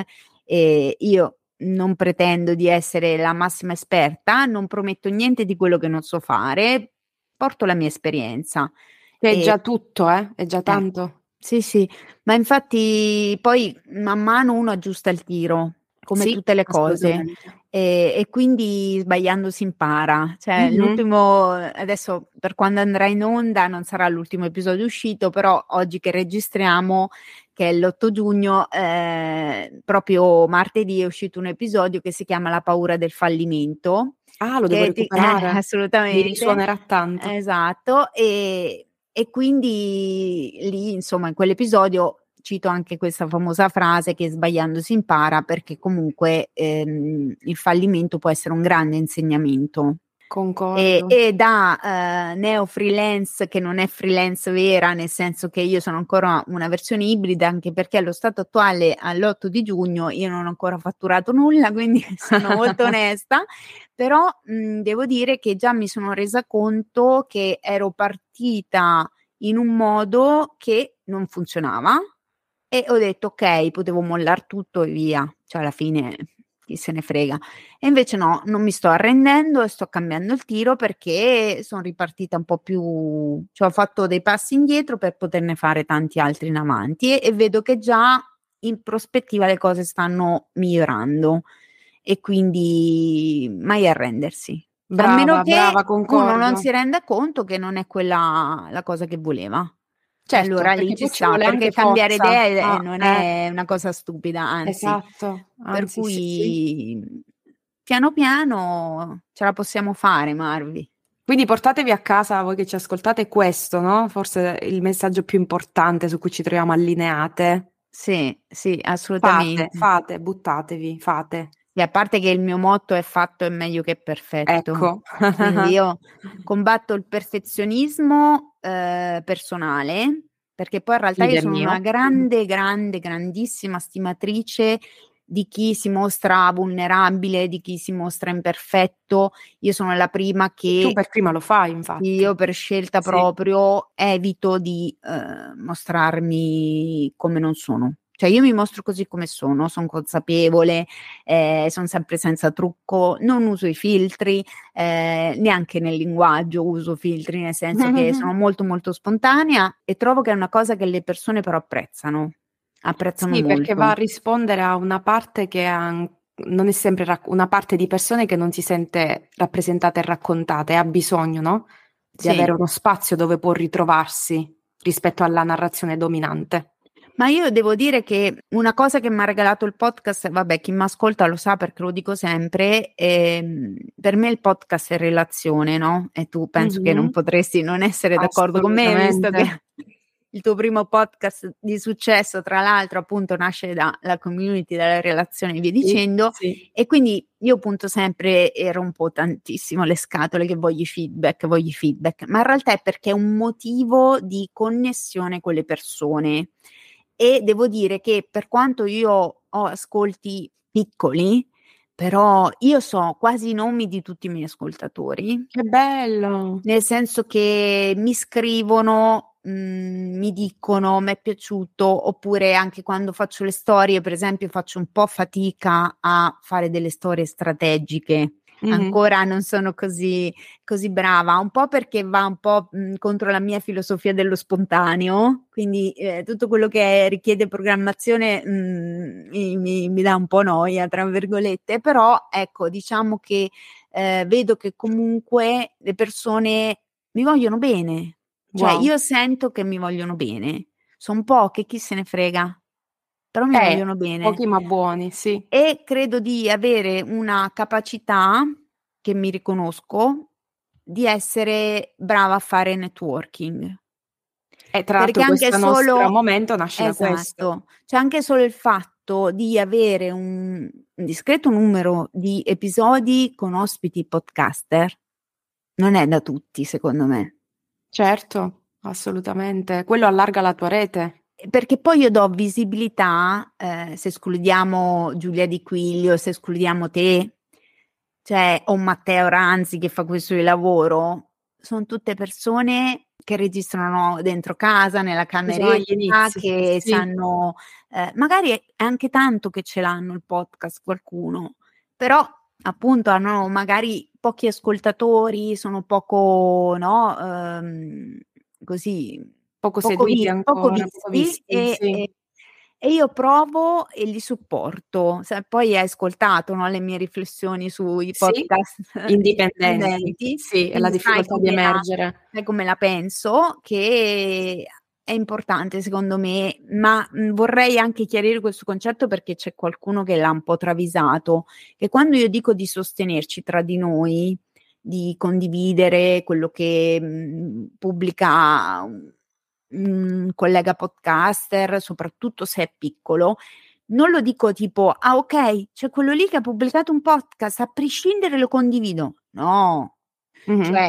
E io non pretendo di essere la massima esperta, non prometto niente di quello che non so fare, porto la mia esperienza. Che è E, già tutto, eh? È già eh, tanto. sì, sì, ma infatti poi man mano uno aggiusta il tiro, come Sì, tutte le cose, assolutamente. e, e quindi sbagliando si impara. Cioè, Mhm. l'ultimo, adesso per quando andrà in onda non sarà l'ultimo episodio uscito, però oggi che registriamo, che è l'otto giugno, eh, proprio martedì è uscito un episodio che si chiama La paura del fallimento, Ah, lo devo che ti, eh, recuperare. Mi assolutamente, risuonerà tanto. esatto, e, e quindi lì, insomma, in quell'episodio cito anche questa famosa frase che sbagliando si impara, perché comunque ehm, il fallimento può essere un grande insegnamento. E, Concordo. e da eh, neo freelance, che non è freelance vera, nel senso che io sono ancora una versione ibrida, anche perché allo stato attuale, all'otto di giugno, io non ho ancora fatturato nulla, quindi sono molto onesta, però mh, devo dire che già mi sono resa conto che ero partita in un modo che non funzionava, e ho detto ok, potevo mollare tutto e via, cioè alla fine chi se ne frega. E invece no, non mi sto arrendendo e sto cambiando il tiro, perché sono ripartita un po' più, cioè ho fatto dei passi indietro per poterne fare tanti altri in avanti, e, e vedo che già in prospettiva le cose stanno migliorando, e quindi mai arrendersi. A meno Brava, che brava, uno non concordo. si renda conto che non è quella la cosa che voleva. E Certo, allora lì perché ci poi ci sta, vuole perché anche cambiare forza. idea eh, Ah, non eh, è una cosa stupida, anzi. esatto, Per anzi, sì, sì. cui piano piano ce la possiamo fare, Marvi. Quindi portatevi a casa, voi che ci ascoltate, questo, no? Forse il messaggio più importante su cui ci troviamo allineate. Sì, sì, Fate, assolutamente. fate, buttatevi, fate. E a parte che il mio motto è fatto è meglio che perfetto. Ecco. Quindi io combatto il perfezionismo eh, personale, perché poi in realtà io Idem sono mio. una grande, grande, grandissima stimatrice di chi si mostra vulnerabile, di chi si mostra imperfetto. Io sono la prima E tu che per prima lo fai, io infatti. per scelta Sì. proprio evito di eh, mostrarmi come non sono. Cioè io mi mostro così come sono, sono consapevole, eh, sono sempre senza trucco, non uso i filtri, eh, neanche nel linguaggio uso filtri, nel senso che sono molto molto spontanea, e trovo che è una cosa che le persone però apprezzano, apprezzano Sì, perché va molto. a rispondere a una parte che ha, non è sempre rac- una parte di persone che non si sente rappresentata e raccontata e ha bisogno, no? Di avere Sì. uno spazio dove può ritrovarsi rispetto alla narrazione dominante. Ma io devo dire che una cosa che mi ha regalato il podcast, vabbè, chi mi ascolta lo sa perché lo dico sempre, ehm, per me il podcast è relazione, no? E tu penso che non Mhm. potresti non essere d'accordo con me, visto che Assolutamente. il tuo primo podcast di successo, tra l'altro appunto nasce dalla community, dalla relazione e via dicendo, sì, sì. e quindi io punto sempre e rompo tantissimo le scatole che voglio i feedback, voglio i feedback, ma in realtà è perché è un motivo di connessione con le persone. E devo dire che per quanto io ho ascolti piccoli, però io so quasi i nomi di tutti i miei ascoltatori. Che bello! Nel senso che mi scrivono, mh, mi dicono mi è piaciuto, oppure anche quando faccio le storie, per esempio, faccio un po' fatica a fare delle storie strategiche. Mm-hmm. Ancora non sono così, così brava, un po' perché va un po' mh, contro la mia filosofia dello spontaneo, quindi eh, tutto quello che richiede programmazione mh, mi, mi, mi dà un po' noia, tra virgolette, però ecco, diciamo che eh, vedo che comunque le persone mi vogliono bene, cioè Wow. io sento che mi vogliono bene, sono poche, chi se ne frega, però mi Eh, vogliono bene. pochi ma buoni, sì. E credo di avere una capacità, che mi riconosco, di essere brava a fare networking. E tra Perché l'altro anche questo nostro solo momento nasce da questo. esatto, cioè anche solo il fatto di avere un, un discreto numero di episodi con ospiti podcaster non è da tutti, secondo me. Certo, assolutamente. Quello allarga la tua rete. Perché poi io do visibilità, eh, se escludiamo Giulia Di Quiglio, se escludiamo te, cioè o Matteo Ranzi che fa questo di lavoro, sono tutte persone che registrano dentro casa, nella Sono agli cameretta, inizi, che sì. sanno, eh, magari è anche tanto che ce l'hanno il podcast qualcuno, però appunto hanno magari pochi ascoltatori, sono poco, no, ehm, così Poco poco, seguiti vi- poco ancora, poco visti visti, e, sì. e- e io provo e li supporto. Se poi hai ascoltato, no, le mie riflessioni sui Sì, podcast indipendenti, indipendenti, sì, è la quindi sai difficoltà di come la, emergere. sai come la penso, che è importante secondo me, ma mh, vorrei anche chiarire questo concetto perché c'è qualcuno che l'ha un po' travisato, che quando io dico di sostenerci tra di noi, di condividere quello che mh, pubblica un, un collega podcaster, soprattutto se è piccolo, non lo dico tipo, ah ok, c'è quello lì che ha pubblicato un podcast, a prescindere lo condivido. No, Mm-hmm. cioè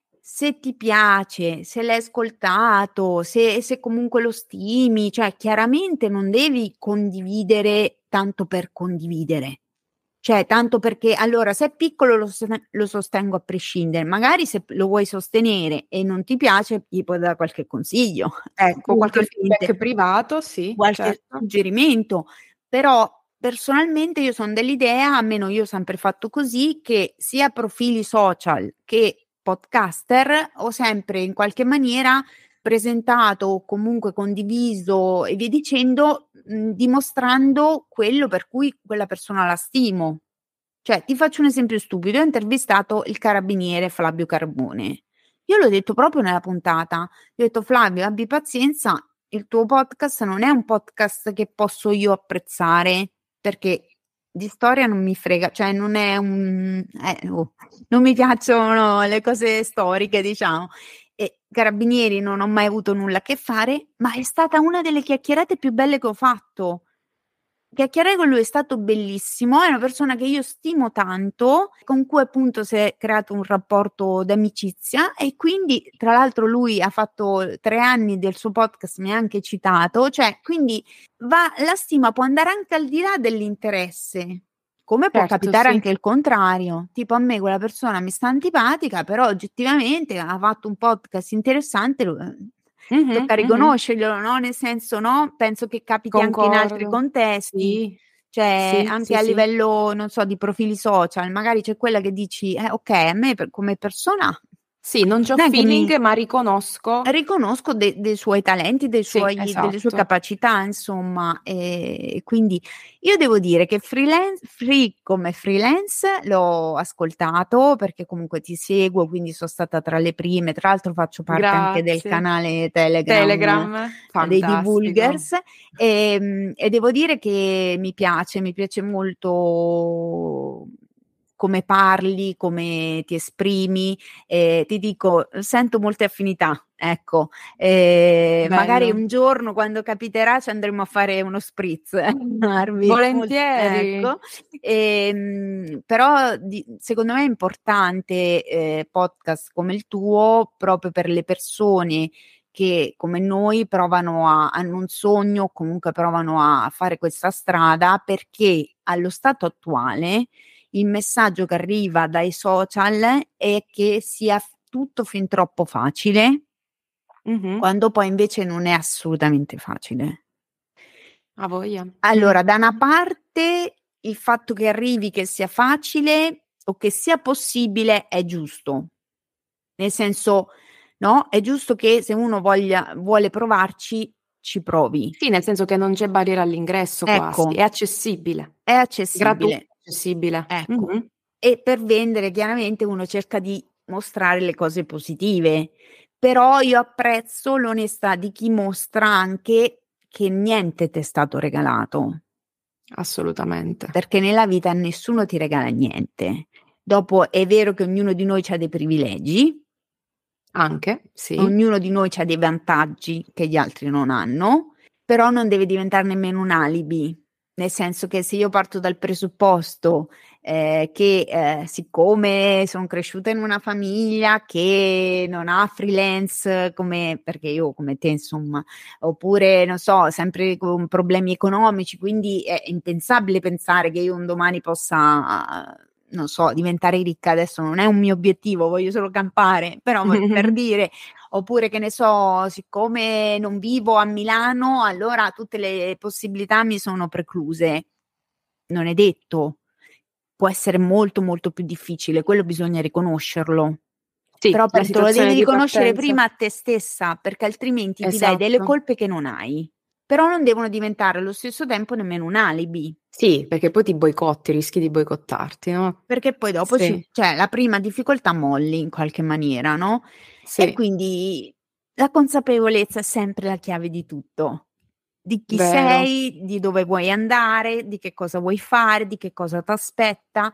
se ti piace, se l'hai ascoltato, se, se comunque lo stimi, cioè chiaramente non devi condividere tanto per condividere. Cioè, tanto perché allora se è piccolo lo, sosten- lo sostengo a prescindere, magari se lo vuoi sostenere e non ti piace, gli puoi dare qualche consiglio, Ecco, qualche eventualmente feedback privato, sì, qualche certo. suggerimento, però personalmente io sono dell'idea, almeno io ho sempre fatto così, che sia profili social che podcaster ho sempre in qualche maniera presentato o comunque condiviso e via dicendo, mh, dimostrando quello per cui quella persona la stimo. Cioè, ti faccio un esempio stupido, ho intervistato il carabiniere Flavio Carbone. Io l'ho detto proprio nella puntata, gli ho detto Flavio, abbi pazienza, il tuo podcast non è un podcast che posso io apprezzare, perché di storia non mi frega, cioè non è un... Eh, oh, non mi piacciono le cose storiche, diciamo. E Carabinieri non ho mai avuto nulla a che fare, ma è stata una delle chiacchierate più belle che ho fatto. Chiacchierare con lui è stato bellissimo, è una persona che io stimo tanto, con cui appunto si è creato un rapporto d'amicizia e quindi tra l'altro lui ha fatto tre anni del suo podcast, mi ha anche citato, cioè quindi va, la stima può andare anche al di là dell'interesse, come può Certo, capitare sì. anche il contrario, tipo a me quella persona mi sta antipatica, però oggettivamente ha fatto un podcast interessante. Mm-hmm, Tocca mm-hmm. riconoscerglielo, no? Nel senso, no? Penso che capiti anche in altri Concordo. contesti, Sì, cioè sì, anche sì, a sì. livello, non so, di profili social, magari c'è quella che dici, eh, ok, a me per, come persona Sì, non c'ho non è che mi feeling, ma riconosco. riconosco de- dei suoi talenti, dei Sì, suoi, delle sue esatto. capacità, insomma, e quindi io devo dire che freelance, free come freelance l'ho ascoltato perché comunque ti seguo, quindi sono stata tra le prime, tra l'altro faccio parte anche del Grazie. canale Telegram, Telegram, eh, dei fantastico. Divulgers e, e devo dire che mi piace, mi piace molto come parli, come ti esprimi, eh, ti dico, sento molte affinità Ecco, eh, magari un giorno quando capiterà ci andremo a fare uno spritz, Arvi. Volentieri. Ecco. E, però di, secondo me è importante eh, podcast come il tuo proprio per le persone che come noi provano a, hanno un sogno, comunque provano a fare questa strada, perché allo stato attuale il messaggio che arriva dai social è che sia tutto fin troppo facile, mm-hmm. quando poi invece non è assolutamente facile. A voglia. Allora, mm. da una parte il fatto che arrivi, che sia facile o che sia possibile è giusto, nel senso, no? È giusto che se uno voglia, vuole provarci, ci provi. Sì, nel senso che non c'è barriera all'ingresso quasi, Ecco, è accessibile. è accessibile. Gratuito, accessibile. Ecco. Mm-hmm. E per vendere chiaramente uno cerca di mostrare le cose positive, però io apprezzo l'onestà di chi mostra anche che niente ti è stato regalato. Assolutamente. Perché nella vita nessuno ti regala niente. Dopo è vero che ognuno di noi ha dei privilegi. Anche, sì. Ognuno di noi ha dei vantaggi che gli altri non hanno, però non deve diventare nemmeno un alibi. Nel senso che se io parto dal presupposto eh, che eh, siccome sono cresciuta in una famiglia che non ha freelance come, perché io come te insomma, oppure non so, sempre con problemi economici, quindi è impensabile pensare che io un domani possa, non so, diventare ricca. Adesso non è un mio obiettivo, voglio solo campare, però per dire, oppure che ne so, siccome non vivo a Milano, allora tutte le possibilità mi sono precluse. Non è detto, può essere molto molto più difficile, quello bisogna riconoscerlo. Sì, però la te lo devi situazione di riconoscere partenza. prima a te stessa, perché altrimenti Esatto. ti dai delle colpe che non hai, però non devono diventare allo stesso tempo nemmeno un alibi. Sì, perché poi ti boicotti, rischi di boicottarti, no? Perché poi dopo Sì. ci, cioè la prima difficoltà molli in qualche maniera, no? Sì. E quindi la consapevolezza è sempre la chiave di tutto, di chi Vero. sei, di dove vuoi andare, di che cosa vuoi fare, di che cosa ti aspetta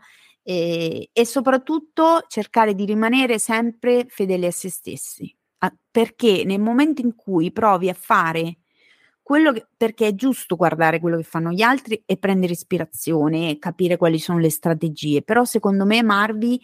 e, e soprattutto cercare di rimanere sempre fedeli a se stessi, a, perché nel momento in cui provi a fare quello che, perché è giusto guardare quello che fanno gli altri e prendere ispirazione e capire quali sono le strategie, però secondo me Marvi,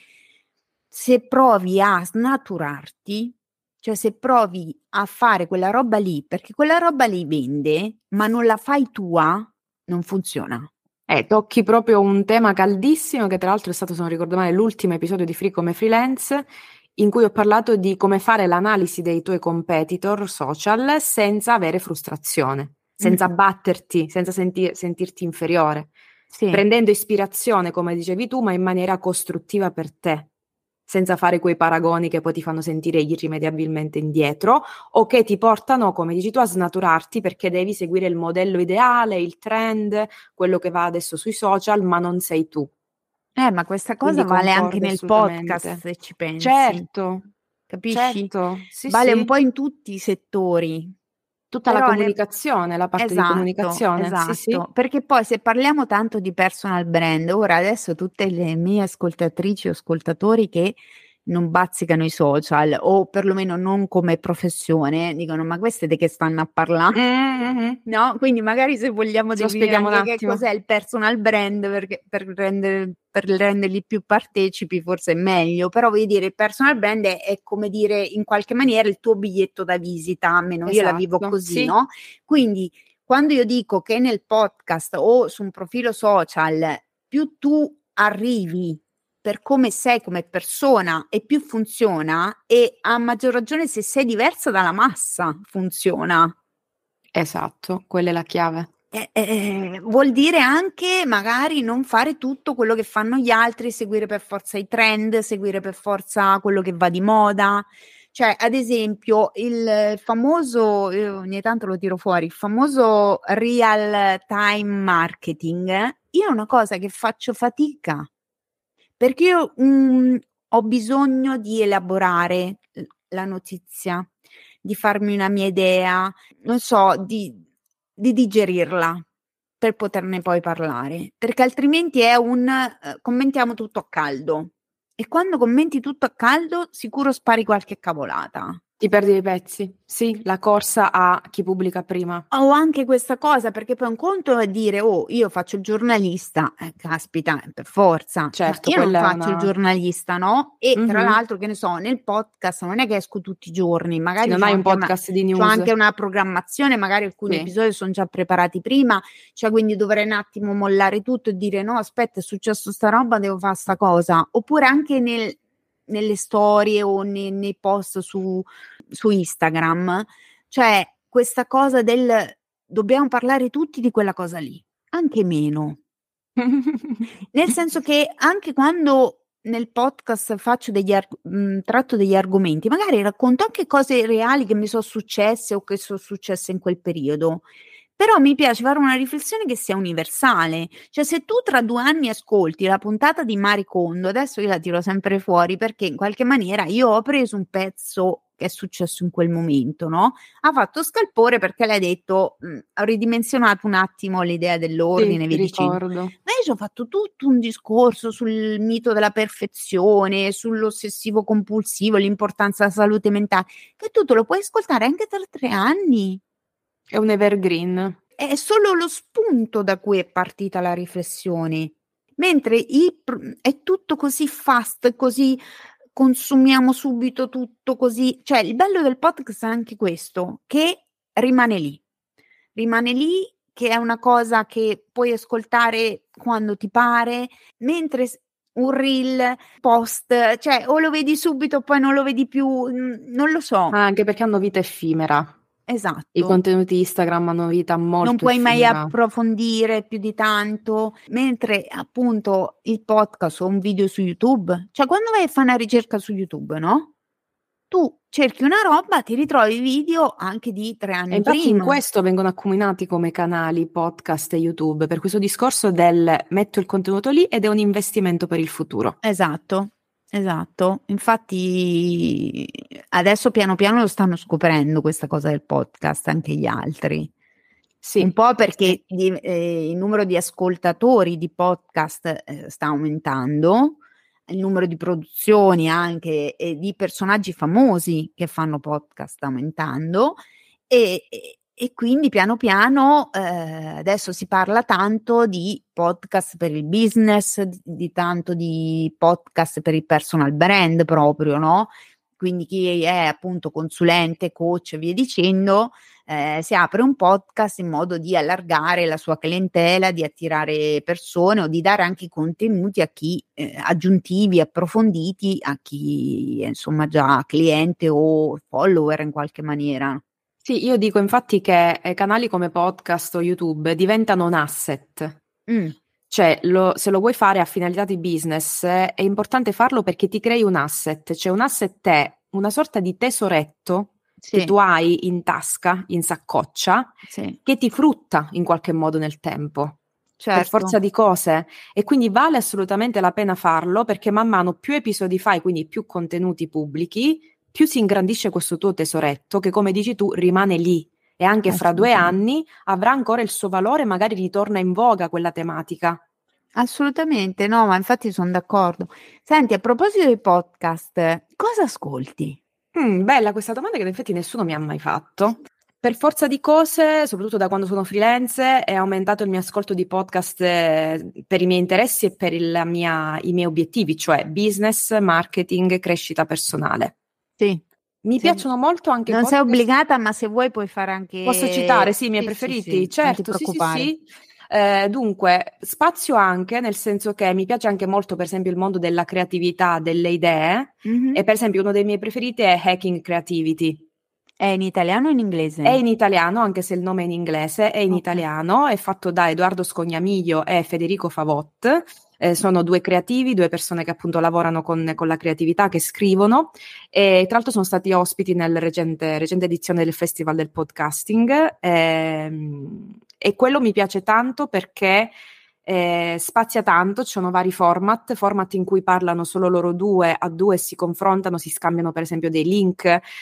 se provi a snaturarti, cioè se provi a fare quella roba lì, perché quella roba lì vende, ma non la fai tua, non funziona. Eh, tocchi proprio un tema caldissimo che tra l'altro è stato, se non ricordo male, l'ultimo episodio di Free come Freelance, in cui ho parlato di come fare l'analisi dei tuoi competitor social senza avere frustrazione, senza Mm. abbatterti, senza senti- sentirti inferiore, Sì. prendendo ispirazione, come dicevi tu, ma in maniera costruttiva per te, senza fare quei paragoni che poi ti fanno sentire irrimediabilmente indietro o che ti portano, come dici tu, a snaturarti perché devi seguire il modello ideale, il trend, quello che va adesso sui social, ma non sei tu. Eh, ma questa cosa Quindi vale anche concordo nel assolutamente. podcast, se ci pensi. Certo, Capisci? certo, sì, Vale sì. un po' in tutti i settori. Tutta la Però ne- comunicazione, la parte di Esatto, comunicazione, esatto, sì, sì. perché poi se parliamo tanto di personal brand, ora adesso tutte le mie ascoltatrici o ascoltatori che non bazzicano i social o perlomeno non come professione, dicono ma queste di che stanno a parlare? Mm-hmm. No? Quindi magari se vogliamo Ce lo definire spieghiamo un anche che attimo. cos'è il personal brand perché, per, rendere, per renderli più partecipi forse è meglio, però voglio dire il personal brand è, è come dire in qualche maniera il tuo biglietto da visita, almeno io la vivo Esatto, così, sì. no? Quindi quando io dico che nel podcast o su un profilo social più tu arrivi per come sei come persona e più funziona, e a maggior ragione se sei diversa dalla massa funziona. Esatto, quella è la chiave. Eh, eh, vuol dire anche magari non fare tutto quello che fanno gli altri, seguire per forza i trend, seguire per forza quello che va di moda. Cioè, ad esempio, il famoso, io ogni tanto lo tiro fuori, il famoso real time marketing, io è una cosa che faccio fatica, perché io mm, ho bisogno di elaborare la notizia, di farmi una mia idea, non so, di, di digerirla per poterne poi parlare, perché altrimenti è un eh, commentiamo tutto a caldo. E quando commenti tutto a caldo, sicuro spari qualche cavolata. Ti perdi dei pezzi, sì, la corsa a chi pubblica prima. Ho anche questa cosa, perché poi un conto è dire, oh, io faccio il giornalista, eh, caspita, per forza, Certo, ma io non quella è faccio il una... giornalista, no? E tra Mhm. l'altro, che ne so, nel podcast non è che esco tutti i giorni, Sì, magari non c'ho hai un anche una, podcast di c'ho news. anche una programmazione, magari alcuni Sì. episodi sono già preparati prima, cioè quindi dovrei un attimo mollare tutto e dire, no, aspetta, è successo sta roba, devo fare sta cosa. Oppure anche nel, nelle storie o nei, nei post su, su Instagram, cioè questa cosa del dobbiamo parlare tutti di quella cosa lì, anche meno. Nel senso che anche quando nel podcast faccio degli arg- mh, tratto degli argomenti, magari racconto anche cose reali che mi sono successe o che sono successe in quel periodo. Però mi piace fare una riflessione che sia universale. Cioè, se tu tra due anni ascolti la puntata di Marie Kondo, adesso io la tiro sempre fuori perché in qualche maniera io ho preso un pezzo che è successo in quel momento, no? Ha fatto scalpore perché lei ha detto, mh, ho ridimensionato un attimo l'idea dell'ordine, Sì, via dicendo. ricordo. Ma io ci ho fatto tutto un discorso sul mito della perfezione, sull'ossessivo compulsivo, l'importanza della salute mentale, che tu te lo puoi ascoltare anche tra tre anni. È un evergreen. È solo lo spunto da cui è partita la riflessione, mentre i, è tutto così fast, così consumiamo subito tutto così. Cioè, il bello del podcast è anche questo, che rimane lì, rimane lì, che è una cosa che puoi ascoltare quando ti pare, mentre un reel, post, cioè o lo vedi subito poi non lo vedi più, non lo so. Ah, anche perché hanno vita effimera. I Esatto. contenuti Instagram hanno vita molto Non puoi mai effimera. approfondire più di tanto, mentre appunto il podcast o un video su YouTube, cioè quando vai a fare una ricerca su YouTube, no? Tu cerchi una roba, ti ritrovi video anche di tre E anni infatti in prima. questo vengono accomunati come canali, podcast e YouTube, per questo discorso del metto il contenuto lì ed è un investimento per il futuro. Esatto, esatto. Infatti adesso piano piano lo stanno scoprendo questa cosa del podcast anche gli altri. Sì, Un po' perché sì. di, eh, il numero di ascoltatori di podcast eh, sta aumentando, il numero di produzioni anche e di personaggi famosi che fanno podcast sta aumentando e, e, e quindi piano piano eh, adesso si parla tanto di podcast per il business, di, di tanto di podcast per il personal brand proprio, no? Quindi chi è appunto consulente, coach e via dicendo, eh, si apre un podcast in modo di allargare la sua clientela, di attirare persone o di dare anche contenuti a chi eh, aggiuntivi, approfonditi a chi è insomma già cliente o follower in qualche maniera. Sì, io dico infatti che eh, canali come podcast o YouTube diventano un asset. Mm, Cioè, lo- se lo vuoi fare a finalità di business, eh, è importante farlo perché ti crei un asset. Cioè, un asset è una sorta di tesoretto che tu sì, hai in tasca, in saccoccia, sì, che ti frutta in qualche modo nel tempo, per certo. forza di cose. E quindi vale assolutamente la pena farlo perché man mano più episodi fai, quindi più contenuti pubblichi, più si ingrandisce questo tuo tesoretto che, come dici tu, rimane lì. E anche fra due Assolutamente. anni avrà ancora il suo valore, magari ritorna in voga quella tematica. Assolutamente, no, ma infatti sono d'accordo. Senti, a proposito dei podcast, cosa ascolti? Mm, bella questa domanda che in effetti nessuno mi ha mai fatto. Per forza di cose, soprattutto da quando sono freelance, è aumentato il mio ascolto di podcast eh, per i miei interessi e per il- la mia- i miei obiettivi, cioè business, marketing, crescita personale. Sì. Mi Se- piacciono molto anche i Non sei podcast. obbligata, ma se vuoi puoi fare Posso citare, anche... sì, i miei Sì, sì, preferiti? sì, non ti Certo, sì, sì, preoccupare. sì. Eh, dunque, spazio anche, nel senso che mi piace anche molto, per esempio, il mondo della creatività, delle idee. Mhm. E per esempio, uno dei miei preferiti è Hacking Creativity. È in italiano o in È inglese? in italiano, anche se il nome è in inglese, è in Ok. italiano, è fatto da Edoardo Scognamiglio e Federico Favot. Eh, sono due creativi, due persone che appunto lavorano con, con la creatività, che scrivono, e tra l'altro sono stati ospiti nel recente, recente edizione del Festival del Podcasting. ehm, e quello mi piace tanto perché eh, spazia tanto, ci sono vari format, format in cui parlano solo loro due a due, si confrontano, si scambiano per esempio dei link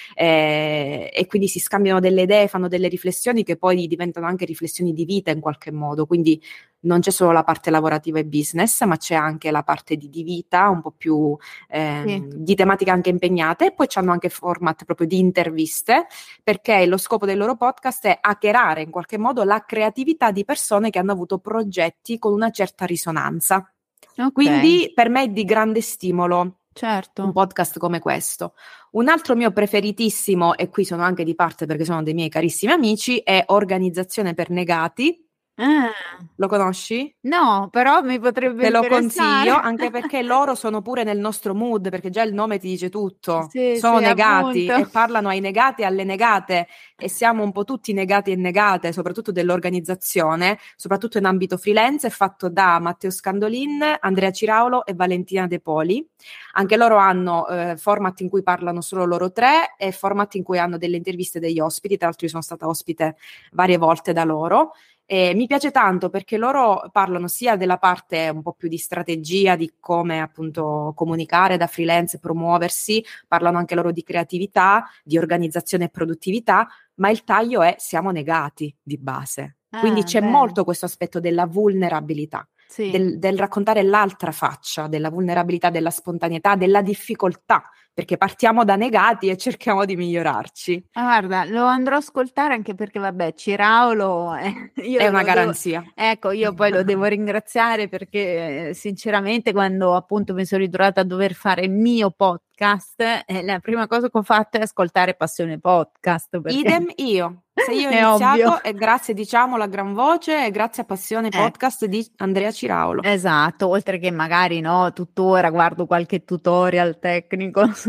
eh, e quindi si scambiano delle idee, fanno delle riflessioni che poi diventano anche riflessioni di vita in qualche modo, quindi non c'è solo la parte lavorativa e business, ma c'è anche la parte di, di vita, un po' più eh, Sì. di tematiche anche impegnate, e poi c'hanno anche format proprio di interviste, perché lo scopo del loro podcast è hackerare in qualche modo la creatività di persone che hanno avuto progetti con una certa risonanza. Ok. Quindi per me è di grande stimolo Certo. un podcast come questo. Un altro mio preferitissimo, e qui sono anche di parte perché sono dei miei carissimi amici, è Organizzazione per Negati. Ah, Lo conosci? no, però mi potrebbe Te lo interessare. consiglio, anche perché loro sono pure nel nostro mood, perché già il nome ti dice tutto. Sì, Sono sì, negati appunto. e parlano ai negati e alle negate, e siamo un po' tutti negati e negate, soprattutto dell'organizzazione, soprattutto in ambito freelance. È fatto da Matteo Scandolin, Andrea Ciraulo e Valentina De Poli. Anche loro hanno eh, format in cui parlano solo loro tre e format in cui hanno delle interviste degli ospiti. Tra l'altro io sono stata ospite varie volte da loro. E mi piace tanto perché loro parlano sia della parte un po' più di strategia, di come appunto comunicare da freelance, promuoversi, parlano anche loro di creatività, di organizzazione e produttività, ma il taglio è siamo negati di base. Quindi Ah, c'è beh, molto questo aspetto della vulnerabilità, sì. del, del raccontare l'altra faccia, della vulnerabilità, della spontaneità, della difficoltà, perché partiamo da negati e cerchiamo di migliorarci. Ah, guarda, lo andrò a ascoltare anche perché, vabbè, Ciraulo, eh, È io una lo devo, garanzia. ecco, io poi lo devo ringraziare perché, eh, sinceramente, quando appunto mi sono ritrovata a dover fare il mio podcast, eh, la prima cosa che ho fatto è ascoltare Passione Podcast, perché Idem io. Se io ho è ovvio. iniziato è grazie, diciamolo a gran voce, è grazie a Passione Eh, Podcast di Andrea Ciraulo. esatto, oltre che magari no, tuttora guardo qualche tutorial tecnico su,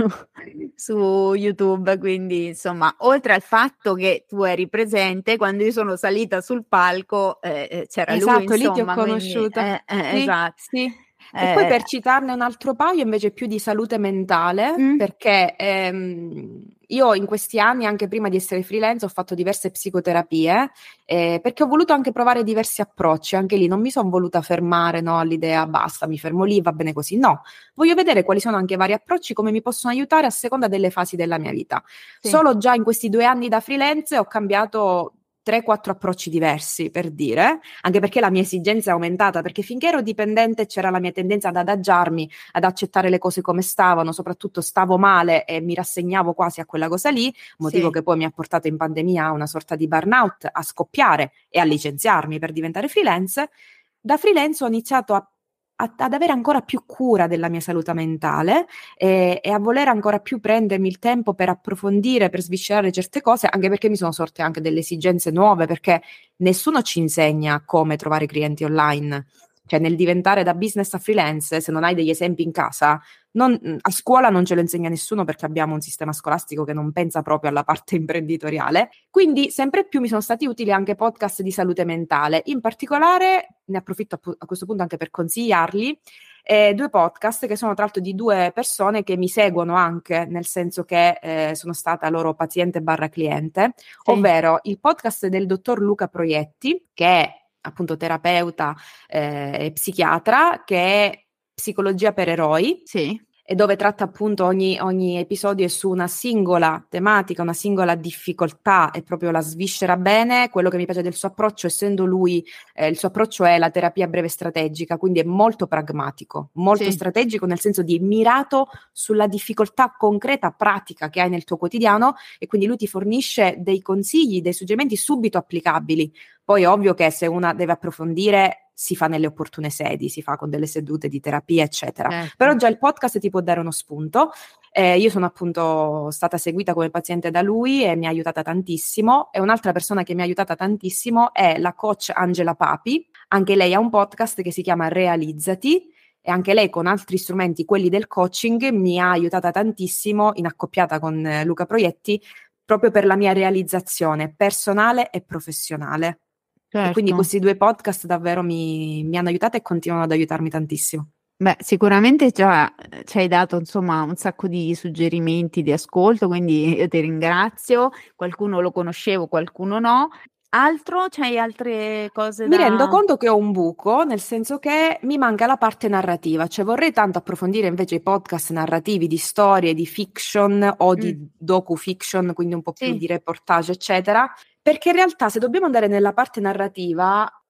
su YouTube, quindi insomma, oltre al fatto che tu eri presente quando io sono salita sul palco, eh, eh, c'era lui, Esatto, lì ti ho insomma, quindi conosciuta. eh, eh, Sì, esatto. sì. E poi Eh, per citarne un altro paio, invece più di salute mentale, mm, perché ehm, io in questi anni, anche prima di essere freelance, ho fatto diverse psicoterapie, eh, perché ho voluto anche provare diversi approcci. Anche lì non mi sono voluta fermare, no, all'idea basta, mi fermo lì, va bene così. No, voglio vedere quali sono anche i vari approcci, come mi possono aiutare a seconda delle fasi della mia vita. sì, Solo già in questi due anni da freelance ho cambiato tre quattro approcci diversi, per dire, anche perché la mia esigenza è aumentata, perché finché ero dipendente c'era la mia tendenza ad adagiarmi, ad accettare le cose come stavano, soprattutto stavo male e mi rassegnavo quasi a quella cosa lì, motivo sì. che poi mi ha portato in pandemia a una sorta di burnout, a scoppiare e a licenziarmi per diventare freelance. Da freelance ho iniziato a a- ad avere ancora più cura della mia salute mentale e, e a voler ancora più prendermi il tempo per approfondire, per sviscerare certe cose, anche perché mi sono sorte anche delle esigenze nuove, perché nessuno ci insegna come trovare clienti online. Cioè, nel diventare da business a freelance, se non hai degli esempi in casa, non- a scuola non ce lo insegna nessuno perché abbiamo un sistema scolastico che non pensa proprio alla parte imprenditoriale. Quindi sempre più mi sono stati utili anche podcast di salute mentale. In particolare, ne approfitto a, a questo punto anche per consigliarli, eh, due podcast che sono tra l'altro di due persone che mi seguono anche, nel senso che eh, sono stata loro paziente barra cliente, Sì, ovvero il podcast del dottor Luca Proietti, che è appunto terapeuta eh, e psichiatra, che è Psicologia per eroi, sì, e dove tratta appunto ogni, ogni episodio è su una singola tematica, una singola difficoltà, e proprio la sviscera bene. Quello che mi piace del suo approccio, essendo lui, eh, il suo approccio è la terapia breve strategica, quindi è molto pragmatico, molto sì, strategico nel senso di mirato sulla difficoltà concreta, pratica che hai nel tuo quotidiano, e quindi lui ti fornisce dei consigli, dei suggerimenti subito applicabili. Poi è ovvio che se una deve approfondire si fa nelle opportune sedi, si fa con delle sedute di terapia, eccetera. Però certo. già il podcast ti può dare uno spunto. Eh, io sono appunto stata seguita come paziente da lui e mi ha aiutata tantissimo. E un'altra persona che mi ha aiutata tantissimo è la coach Angela Papi. Anche lei ha un podcast che si chiama Realizzati, e anche lei con altri strumenti, quelli del coaching, mi ha aiutata tantissimo in accoppiata con eh, Luca Proietti, proprio per la mia realizzazione personale e professionale. E quindi Certo. questi due podcast davvero mi, mi hanno aiutata e continuano ad aiutarmi tantissimo. Beh, sicuramente già eh, ci hai dato insomma un sacco di suggerimenti di ascolto, quindi io ti ringrazio. Qualcuno lo conoscevo, qualcuno no. Altro? C'hai altre cose Mi rendo da... conto che ho un buco, nel senso che mi manca la parte narrativa, cioè vorrei tanto approfondire invece i podcast narrativi di storie, di fiction o Mm, di docu-fiction, quindi un po' più sì, di reportage, eccetera, perché in realtà se dobbiamo andare nella parte narrativa,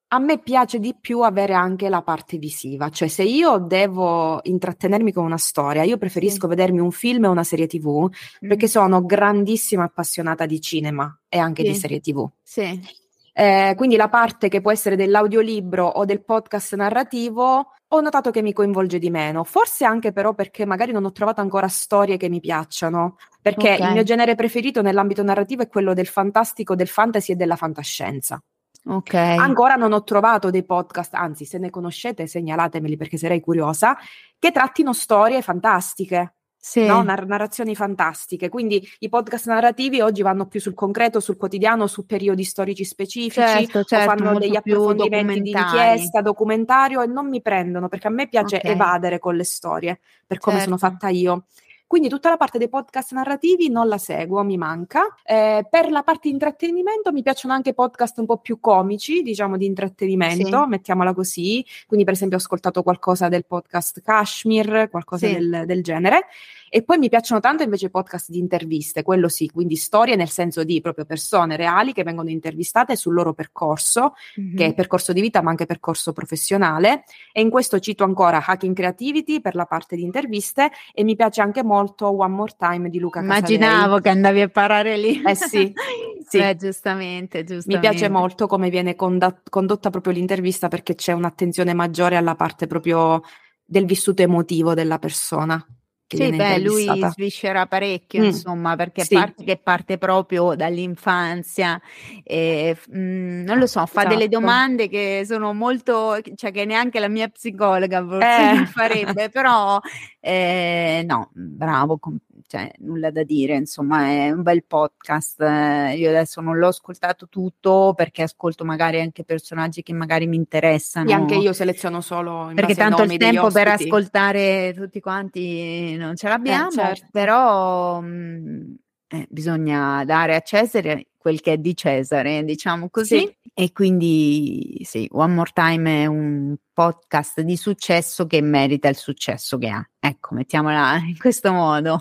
A me piace di più avere anche la parte visiva, cioè se io devo intrattenermi con una storia, io preferisco Sì. vedermi un film e una serie tivù, Mm. perché sono grandissima appassionata di cinema e anche Sì. di serie tivù. Sì. Eh, quindi la parte che può essere dell'audiolibro o del podcast narrativo ho notato che mi coinvolge di meno, forse anche però perché magari non ho trovato ancora storie che mi piacciono, perché Ok. il mio genere preferito nell'ambito narrativo è quello del fantastico, del fantasy e della fantascienza. Ok. Ancora non ho trovato dei podcast, anzi se ne conoscete segnalatemeli perché sarei curiosa, che trattino storie fantastiche. Sì. No? Nar- narrazioni fantastiche, quindi i podcast narrativi oggi vanno più sul concreto, sul quotidiano, su periodi storici specifici, Certo, certo, o fanno molto degli più approfondimenti di documentari. inchiesta, documentario, e non mi prendono perché a me piace Ok. evadere con le storie per come Certo. sono fatta io. Quindi tutta la parte dei podcast narrativi non la seguo, mi manca. Eh, per la parte di intrattenimento mi piacciono anche podcast un po' più comici, diciamo di intrattenimento, Sì. mettiamola così. Quindi per esempio ho ascoltato qualcosa del podcast Kashmir, qualcosa Sì. del, del genere. E poi mi piacciono tanto invece i podcast di interviste, quello sì, quindi storie nel senso di proprio persone reali che vengono intervistate sul loro percorso, Mhm. che è percorso di vita ma anche percorso professionale, e in questo cito ancora Hacking Creativity per la parte di interviste, e mi piace anche molto One More Time di Luca Casadei. Immaginavo che andavi a parare lì. Eh sì, sì. Beh, giustamente, giustamente. Mi piace molto come viene conda- condotta proprio l'intervista, perché c'è un'attenzione maggiore alla parte proprio del vissuto emotivo della persona che Sì, viene beh, lui intervistata. sviscera parecchio, Mm, insomma, perché sì. parte che parte proprio dall'infanzia, e, f- mm, non lo so, fa delle Esatto. domande che sono molto, cioè che neanche la mia psicologa forse Eh. farebbe, però eh, no, bravo, com- cioè nulla da dire, insomma, è un bel podcast. Eh, io adesso non l'ho ascoltato tutto perché ascolto magari anche personaggi che magari mi interessano. Sì, anche io seleziono solo in Perché base ai tanto nomi il degli tempo per ospiti. ascoltare tutti quanti non ce l'abbiamo, Eh, certo. però mh, eh, bisogna dare a Cesare quel che è di Cesare, diciamo così. Sì. E quindi sì, One More Time è un podcast di successo che merita il successo che ha. Ecco, mettiamola in questo modo.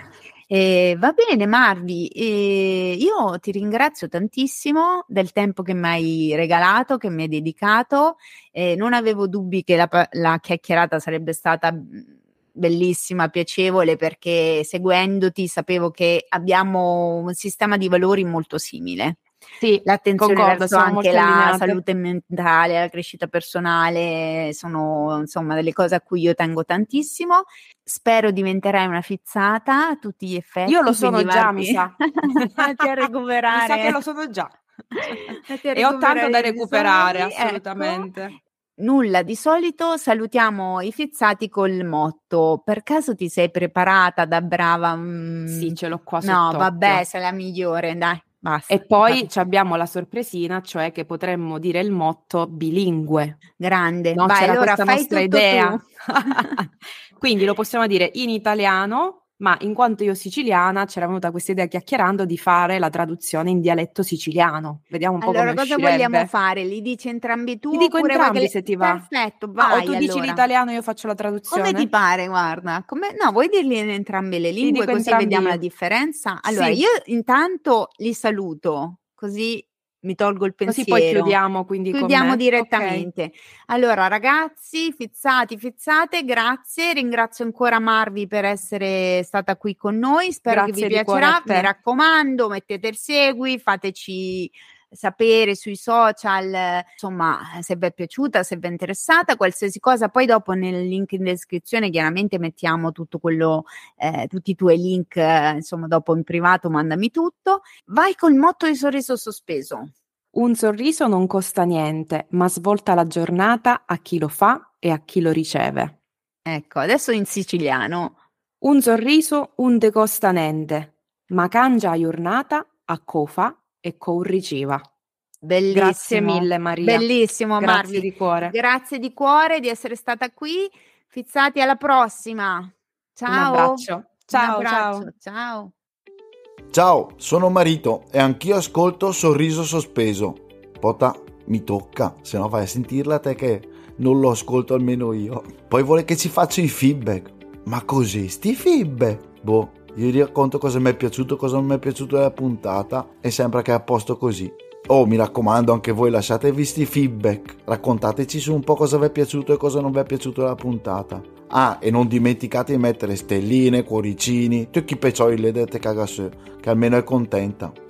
Eh, va bene, Marvi, eh, io ti ringrazio tantissimo del tempo che mi hai regalato, che mi hai dedicato. Eh, non avevo dubbi che la, la chiacchierata sarebbe stata bellissima, piacevole, perché seguendoti sapevo che abbiamo un sistema di valori molto simile. Sì, l'attenzione concordo, verso siamo anche molto la allineate. salute mentale, la crescita personale, sono insomma delle cose a cui io tengo tantissimo. Spero diventerai una fizzata a tutti gli effetti. Io lo sono già, varti, mi sa. a recuperare. Mi sa che lo sono già. E E ho tanto da i recuperare, episodi, assolutamente. Ecco. Nulla, di solito salutiamo i fizzati col motto. Per caso ti sei preparata da brava? Mm, sì, ce l'ho qua no, sott'occhio. vabbè, sei la migliore, dai, basta. E poi abbiamo la sorpresina, cioè che potremmo dire il motto bilingue. Grande. No, Vai, c'era allora questa fai nostra tutto idea. tu. Quindi lo possiamo dire in italiano, ma in quanto io siciliana c'era venuta questa idea chiacchierando di fare la traduzione in dialetto siciliano. Vediamo un po' Allora, come cosa uscirebbe. vogliamo fare? Li dici entrambi tu? Ti dico oppure entrambi vuoi che se le... ti va. Perfetto, vai. Ah, o tu dici allora. l'italiano e io faccio la traduzione? Come ti pare, guarda. Come... No, vuoi dirli in entrambe le lingue così vediamo io. la differenza? Allora, sì. io intanto li saluto, così mi tolgo il pensiero. Così poi chiudiamo, quindi Chiudiamo con me. direttamente. Okay. Allora, ragazzi, fizzati, fizzate, grazie. Ringrazio ancora Marvi per essere stata qui con noi. Spero Grazie che vi piacerà. Mi raccomando, mettete il segui, fateci sapere sui social, insomma, se vi è piaciuta, se vi è interessata, qualsiasi cosa. Poi dopo nel link in descrizione chiaramente mettiamo tutto quello, eh, tutti i tuoi link, eh, insomma, dopo in privato mandami tutto. Vai col motto di sorriso sospeso. Un sorriso non costa niente, ma svolta la giornata a chi lo fa e a chi lo riceve. Ecco, adesso in siciliano. Un sorriso un te costa niente, ma cangia a giornata a co fa e co riceva. Bellissimo. Grazie mille Maria. Bellissimo, Grazie Marvi. di cuore. Grazie di cuore di essere stata qui. Fizzati, alla prossima. Ciao. Un abbraccio. Ciao, Un abbraccio. ciao. Ciao. Ciao, sono Marito e anch'io ascolto Sorriso Sospeso. Pota, mi tocca, se no vai a sentirla te che non lo ascolto almeno io. Poi vuole che ci faccia i feedback. Ma così, sti feedback? Boh, io gli racconto cosa mi è piaciuto, cosa non mi è piaciuto della puntata e sembra che è a posto così. Oh, mi raccomando, anche voi lasciatevi sti feedback, raccontateci su un po' cosa vi è piaciuto e cosa non vi è piaciuto della puntata. Ah, e non dimenticate di mettere stelline, cuoricini, tutti i peccioli le dette cagasse, che almeno è contenta.